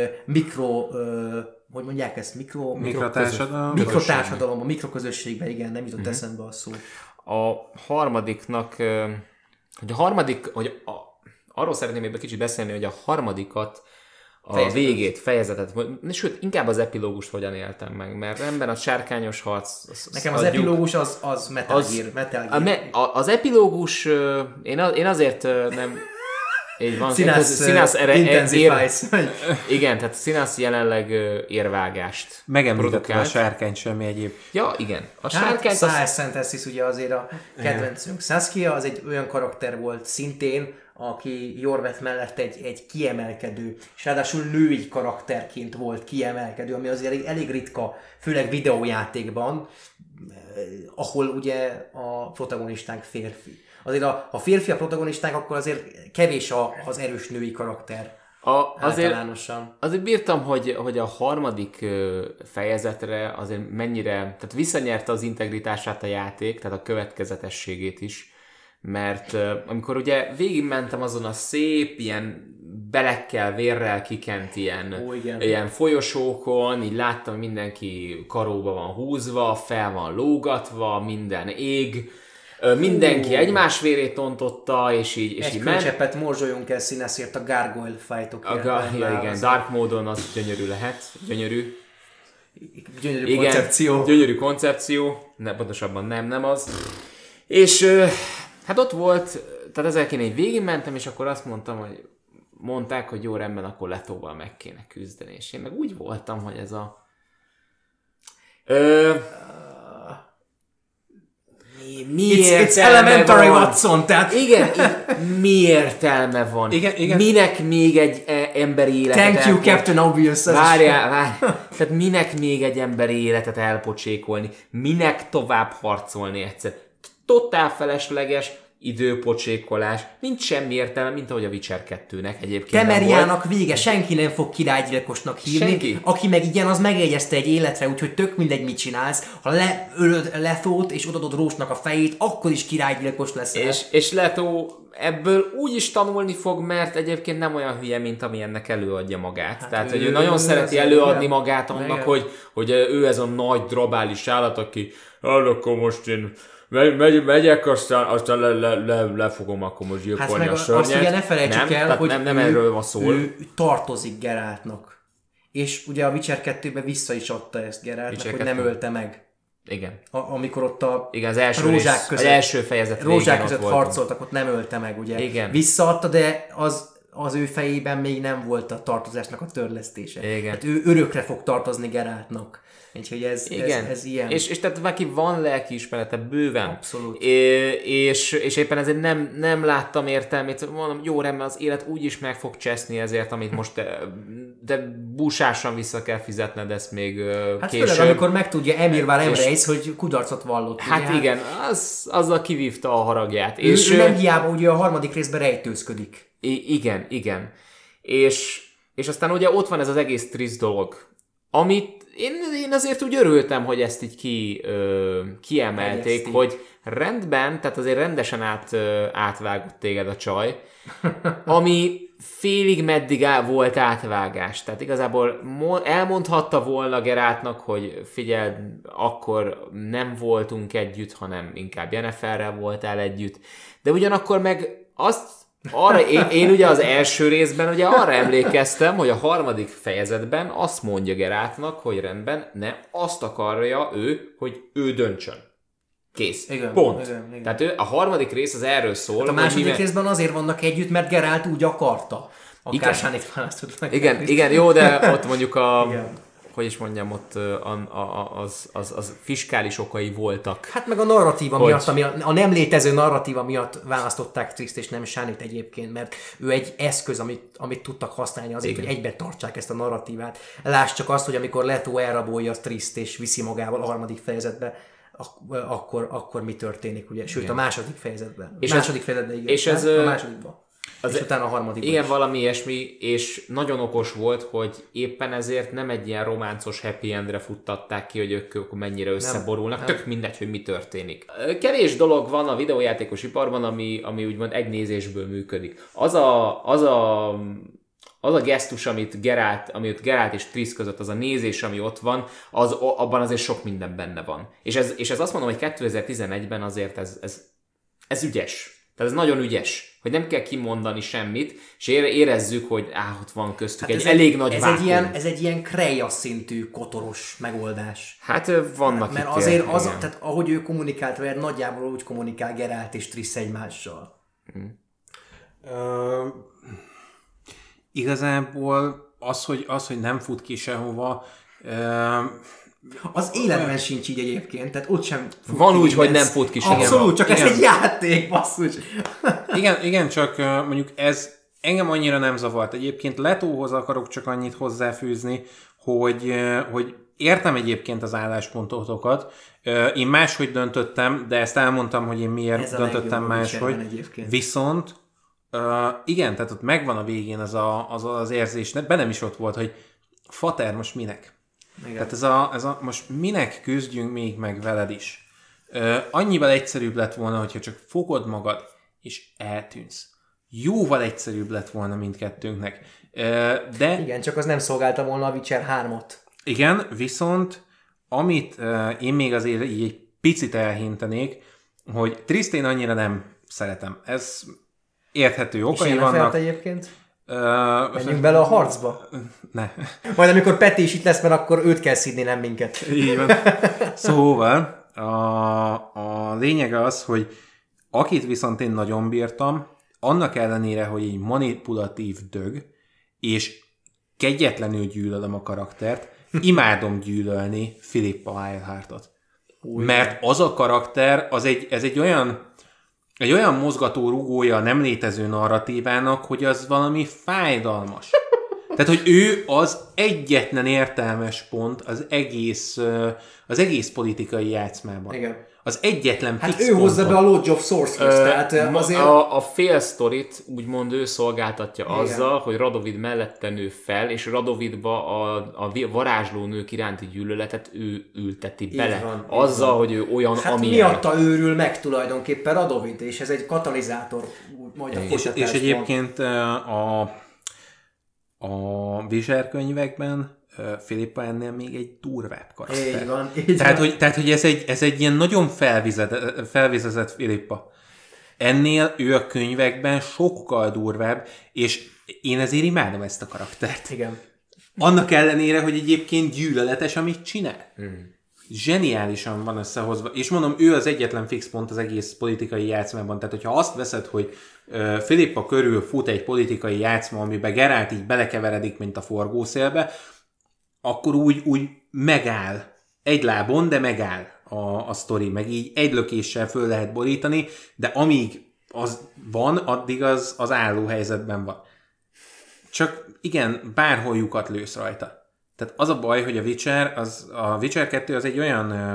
hogy mondják ezt? Mikrotársadalom, a mikroközösségbe, igen, nem jutott eszembe a szó. A harmadiknak, arról szeretném még egy kicsit beszélni, hogy a harmadikat, fejezetet, sőt, inkább az epilógust hogyan éltem meg, mert ebben a sárkányos harc... Nekem az epilógus az Metal Gear. Az epilógus, én azért nem... Így van, Színász intensifies. Igen, tehát Színász jelenleg érvágást megemlítette a sárkány semmi egyéb. Ja, igen. A sárkány... Szentessis ugye azért a kedvencünk. Saskia az egy olyan karakter volt szintén, aki Jorveth mellett egy kiemelkedő, és ráadásul női karakterként volt kiemelkedő, ami azért elég ritka, főleg videójátékban, ahol ugye a protagonistánk férfi. Azért ha férfi a protagonistánk, akkor azért kevés az erős női karakter. Azért bírtam, hogy a harmadik fejezetre azért mennyire, tehát visszanyerte az integritását a játék, tehát a következetességét is, mert amikor ugye végigmentem azon a szép, ilyen belekkel, vérrel kikent ilyen folyosókon, így láttam, hogy mindenki karóba van húzva, fel van lógatva, minden ég. Mindenki egymás vérét ontotta, és így ment. Egy külcseppet morzsoljunk el színeszért a Gargoyle fightok. Igen, Dark módon az gyönyörű lehet. Gyönyörű koncepció. Gyönyörű koncepció, pontosabban nem az. És hát ott volt, tehát ezzel én végig mentem, és akkor azt mondták, hogy jó, rendben, akkor Letóval meg kéne küzdeni. És én meg úgy voltam, hogy ez a... It's elementary, Watson, tehát... Igen, mi értelme van? Igen. Minek még egy emberi életet Thank you, Captain Obvious. Várjál. Tehát minek még egy emberi életet elpocsékolni? Minek tovább harcolni egyszer? Totál felesleges időpocsékolás. Nincs semmi értelme, mint ahogy a Witcher 2-nek egyébként. Temeriának vége, senki nem fog királygyilkosnak hívni. Senki. Aki meg igen, az megjegyezte egy életre, úgyhogy tök mindegy, mit csinálsz. Ha leölöd Lethót és odaadod Rósnak a fejét, akkor is királygyilkos leszel. És Leto ebből úgy is tanulni fog, mert egyébként nem olyan hülye, mint ami ennek előadja magát. Hát tehát, hogy ő nagyon szereti előadni magát annak, hogy ő ez a nagy drabális állat, aki akkor most én megyek, aztán le fogom akkor most gyilkolni a szörnyet. Azt ugye ne felejtsük el, hogy nem erről van szó. Ő tartozik Geraltnak. És ugye a Witcher 2-ben vissza is adta ezt Geraltnak, hogy nem ölte meg. Igen. Amikor ott az első fejezet rózsák között harcoltak, ott nem ölte meg, ugye. Igen. Visszaadta, de az ő fejében még nem volt a tartozásnak a törlesztése. Igen. Hát ő örökre fog tartozni Geraltnak. Úgyhogy ez ilyen. És tehát neki van lelkiismerete bőven. Abszolút. És éppen ezért nem láttam értelmét. Mondom, jó, rendben, az élet úgyis meg fog cseszni ezért, amit most de búsásan vissza kell fizetned ezt még később. Főleg, amikor megtudja Emirvár Emreis, hogy kudarcot vallott. Hát ugye, igen, azzal kivívta a haragját. Ő nem hiába ugye a harmadik részben rejtőzködik. Igen. És aztán ugye ott van ez az egész Triss dolog, amit én azért úgy örültem, hogy ezt így kiemelték, hogy rendben, tehát azért rendesen átvágott téged a csaj, ami félig meddig volt átvágás. Tehát igazából elmondhatta volna Geraltnak, hogy figyelj, akkor nem voltunk együtt, hanem inkább Yenneferrel voltál együtt. De ugyanakkor meg én ugye az első részben ugye arra emlékeztem, hogy a harmadik fejezetben azt mondja Geraltnak, hogy rendben, azt akarja ő, hogy ő döntsön. Kész. Igen, pont. Igen. Tehát a harmadik rész az erről szól. Hát a második részben azért vannak együtt, mert Geralt úgy akarta. Akár Sánit választott. Igen, jó, de ott mondjuk hogy is mondjam, ott az fiskális okai voltak. Hát meg a narratíva miatt, a nem létező narratíva miatt választották Triszt és nem Sánit egyébként, mert ő egy eszköz, amit tudtak használni azért, hogy egybe tartsák ezt a narratívát. Lásd csak azt, hogy amikor Leto elrabolja Triszt és viszi magával a harmadik fejezetbe, akkor mi történik, ugye? Sőt, a második fejezetben. A másodikban. És utána a harmadikban. Igen, valami ilyesmi, és nagyon okos volt, hogy éppen ezért nem egy ilyen románcos happy endre futtatták ki, hogy ők mennyire összeborulnak, tök mindegy, hogy mi történik. Kevés dolog van a videójátékos iparban, ami úgymond egy nézésből működik. Az a gesztus, amit Geralt és Triss között, az a nézés, ami ott van, abban azért sok minden benne van. És ez azt mondom, hogy 2011-ben azért ez ügyes. Tehát ez nagyon ügyes, hogy nem kell kimondani semmit, és érezzük, hogy ott van köztük egy elég nagy vákuum. Ez egy ilyen Kreia szintű kotoros megoldás. Hát vannak mert itt. Mert azért tehát ahogy ő kommunikált vele, nagyjából úgy kommunikál Geralt és Triss egymással. Igazából az, hogy nem fut ki sehova, az életben sincs így egyébként, tehát ott sem fut van ki úgy, hogy nem fut ki sehova. Abszolút, csak ez egy játék, basszus. Igen, csak mondjuk ez engem annyira nem zavart. Egyébként Letóhoz akarok csak annyit hozzáfűzni, hogy értem egyébként az álláspontotokat. Én máshogy döntöttem, de ezt elmondtam, hogy én miért döntöttem máshogy. Viszont igen, tehát ott megvan a végén az érzés, bennem is ott volt, hogy fater, most minek? Igen. Tehát ez a most minek küzdjünk még meg veled is? Annyival egyszerűbb lett volna, hogyha csak fogod magad, és eltűnsz. Jóval egyszerűbb lett volna mindkettőnknek. De... Igen, csak az nem szolgálta volna a Witcher 3-ot. Igen, viszont amit én még azért így egy picit elhintenék, hogy Trisztén annyira nem szeretem. Ez érthető okai és vannak. Egyébként? Menjünk bele a harcba? Ne. Majd amikor Peti is itt lesz, mert akkor őt kell szídni, nem minket. Így van. Szóval a lényeg az, hogy akit viszont én nagyon bírtam, annak ellenére, hogy egy manipulatív dög, és kegyetlenül gyűlölöm a karaktert, imádom gyűlölni Philippa Eilhartot. Mert az a karakter, ez egy olyan mozgató rugója a nem létező narratívának, hogy az valami fájdalmas. Tehát, hogy ő az egyetlen értelmes pont az egész politikai játszmában. Igen. Az egyetlen fix ő hozza be a Lodge of Sorcerers, tehát azért... A fél sztorit úgymond ő szolgáltatja azzal, hogy Radovid mellette nő fel, és Radovidba a varázslónők iránti gyűlöletet ő ülteti bele. Van, azzal, hogy ő olyan, amilyen. Miatta őrül meg tulajdonképpen Radovid, és ez egy katalizátor. És egyébként a Witcher könyvekben Philippa ennél még egy durvább karakter. Így van. Tehát, hogy ez egy ilyen nagyon felvizezett Philippa. Ennél ő a könyvekben sokkal durvább, és én ezért imádom ezt a karaktert. Igen. Annak ellenére, hogy egyébként gyűlöletes, amit csinál. Zseniálisan van összehozva. És mondom, ő az egyetlen fix pont az egész politikai játszmában. Tehát, hogyha azt veszed, hogy Philippa körül fut egy politikai játszma, amiben Geralt így belekeveredik, mint a forgószélbe, akkor úgy megáll. Egy lábon, de megáll a sztori, meg így egy lökéssel föl lehet borítani, de amíg az van, addig az álló helyzetben van. Csak igen, bárhol lyukat lősz rajta. Tehát az a baj, hogy a Witcher 2 az egy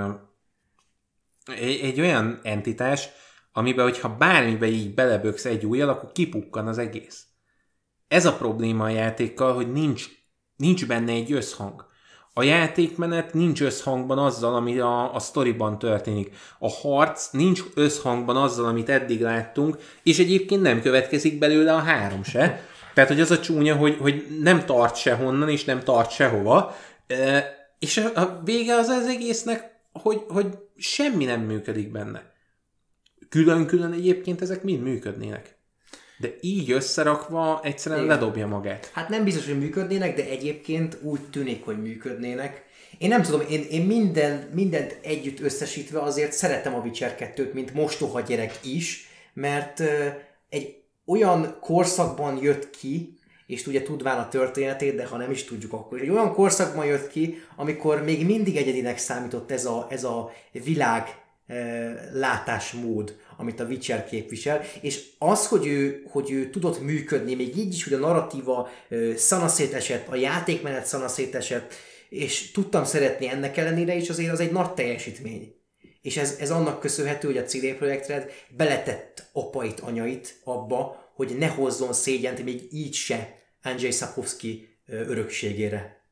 olyan entitás, amiben, hogyha bármibe így beleböksz egy ujjal, akkor kipukkan az egész. Ez a probléma a játékkal, hogy nincs benne egy összhang. A játékmenet nincs összhangban azzal, ami a sztoriban történik. A harc nincs összhangban azzal, amit eddig láttunk, és egyébként nem következik belőle a 3 se. Tehát, hogy az a csúnya, hogy nem tart sehonnan, és nem tart sehova, és a vége az egésznek, hogy semmi nem működik benne. Külön-külön egyébként ezek mind működnének. De így összerakva egyszerűen ledobja magát. Hát nem biztos, hogy működnének, de egyébként úgy tűnik, hogy működnének. Én nem tudom, én mindent együtt összesítve azért szeretem a Witcher 2-t, mint mostoha gyerek is, mert egy olyan korszakban jött ki, és ugye tudván a történetét, de ha nem is tudjuk akkor, egy olyan korszakban jött ki, amikor még mindig egyedinek számított ez a világ látásmód, amit a Witcher képvisel, és az, hogy ő tudott működni, még így is, hogy a narratíva szanaszétesett, a játékmenet szanaszétesett, és tudtam szeretni ennek ellenére is, azért az egy nagy teljesítmény. És ez annak köszönhető, hogy a CD Projekt Red beletett apait, anyait abba, hogy ne hozzon szégyent még így se Andrzej Sapkowski örökségére.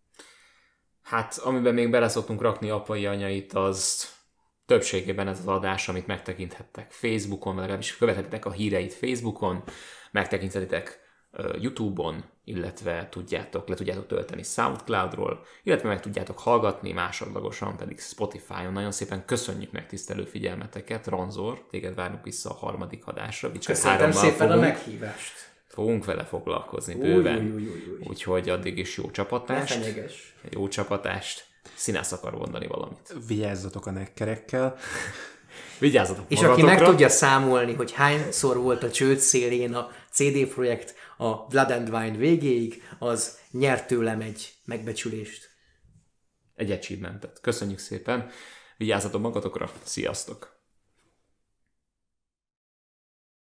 Hát, amiben még bele szoktunk rakni apai, anyait, az többségében ez az adás, amit megtekinthettek Facebookon, legalábbis követhetitek a híreit Facebookon, megtekinthetitek YouTube-on, illetve le tudjátok tölteni SoundCloud-ról, illetve meg tudjátok hallgatni másodlagosan, pedig Spotify-on. Nagyon szépen köszönjük megtisztelő figyelmeteket. Ranzor, téged várunk vissza a 3. adásra. Köszönöm szépen a meghívást. Fogunk vele foglalkozni bőven. Úgyhogy addig is jó csapatást. Jó csapatást. Színász akar mondani valamit. Vigyázzatok a nekkerekkel. Vigyázzatok és magatokra. aki meg tudja számolni, hogy hányszor volt a csőd szélén a CD Projekt a Blood and Wine végéig, az nyert tőlem egy megbecsülést. Egy achievementet. Köszönjük szépen. Vigyázzatok magatokra. Sziasztok!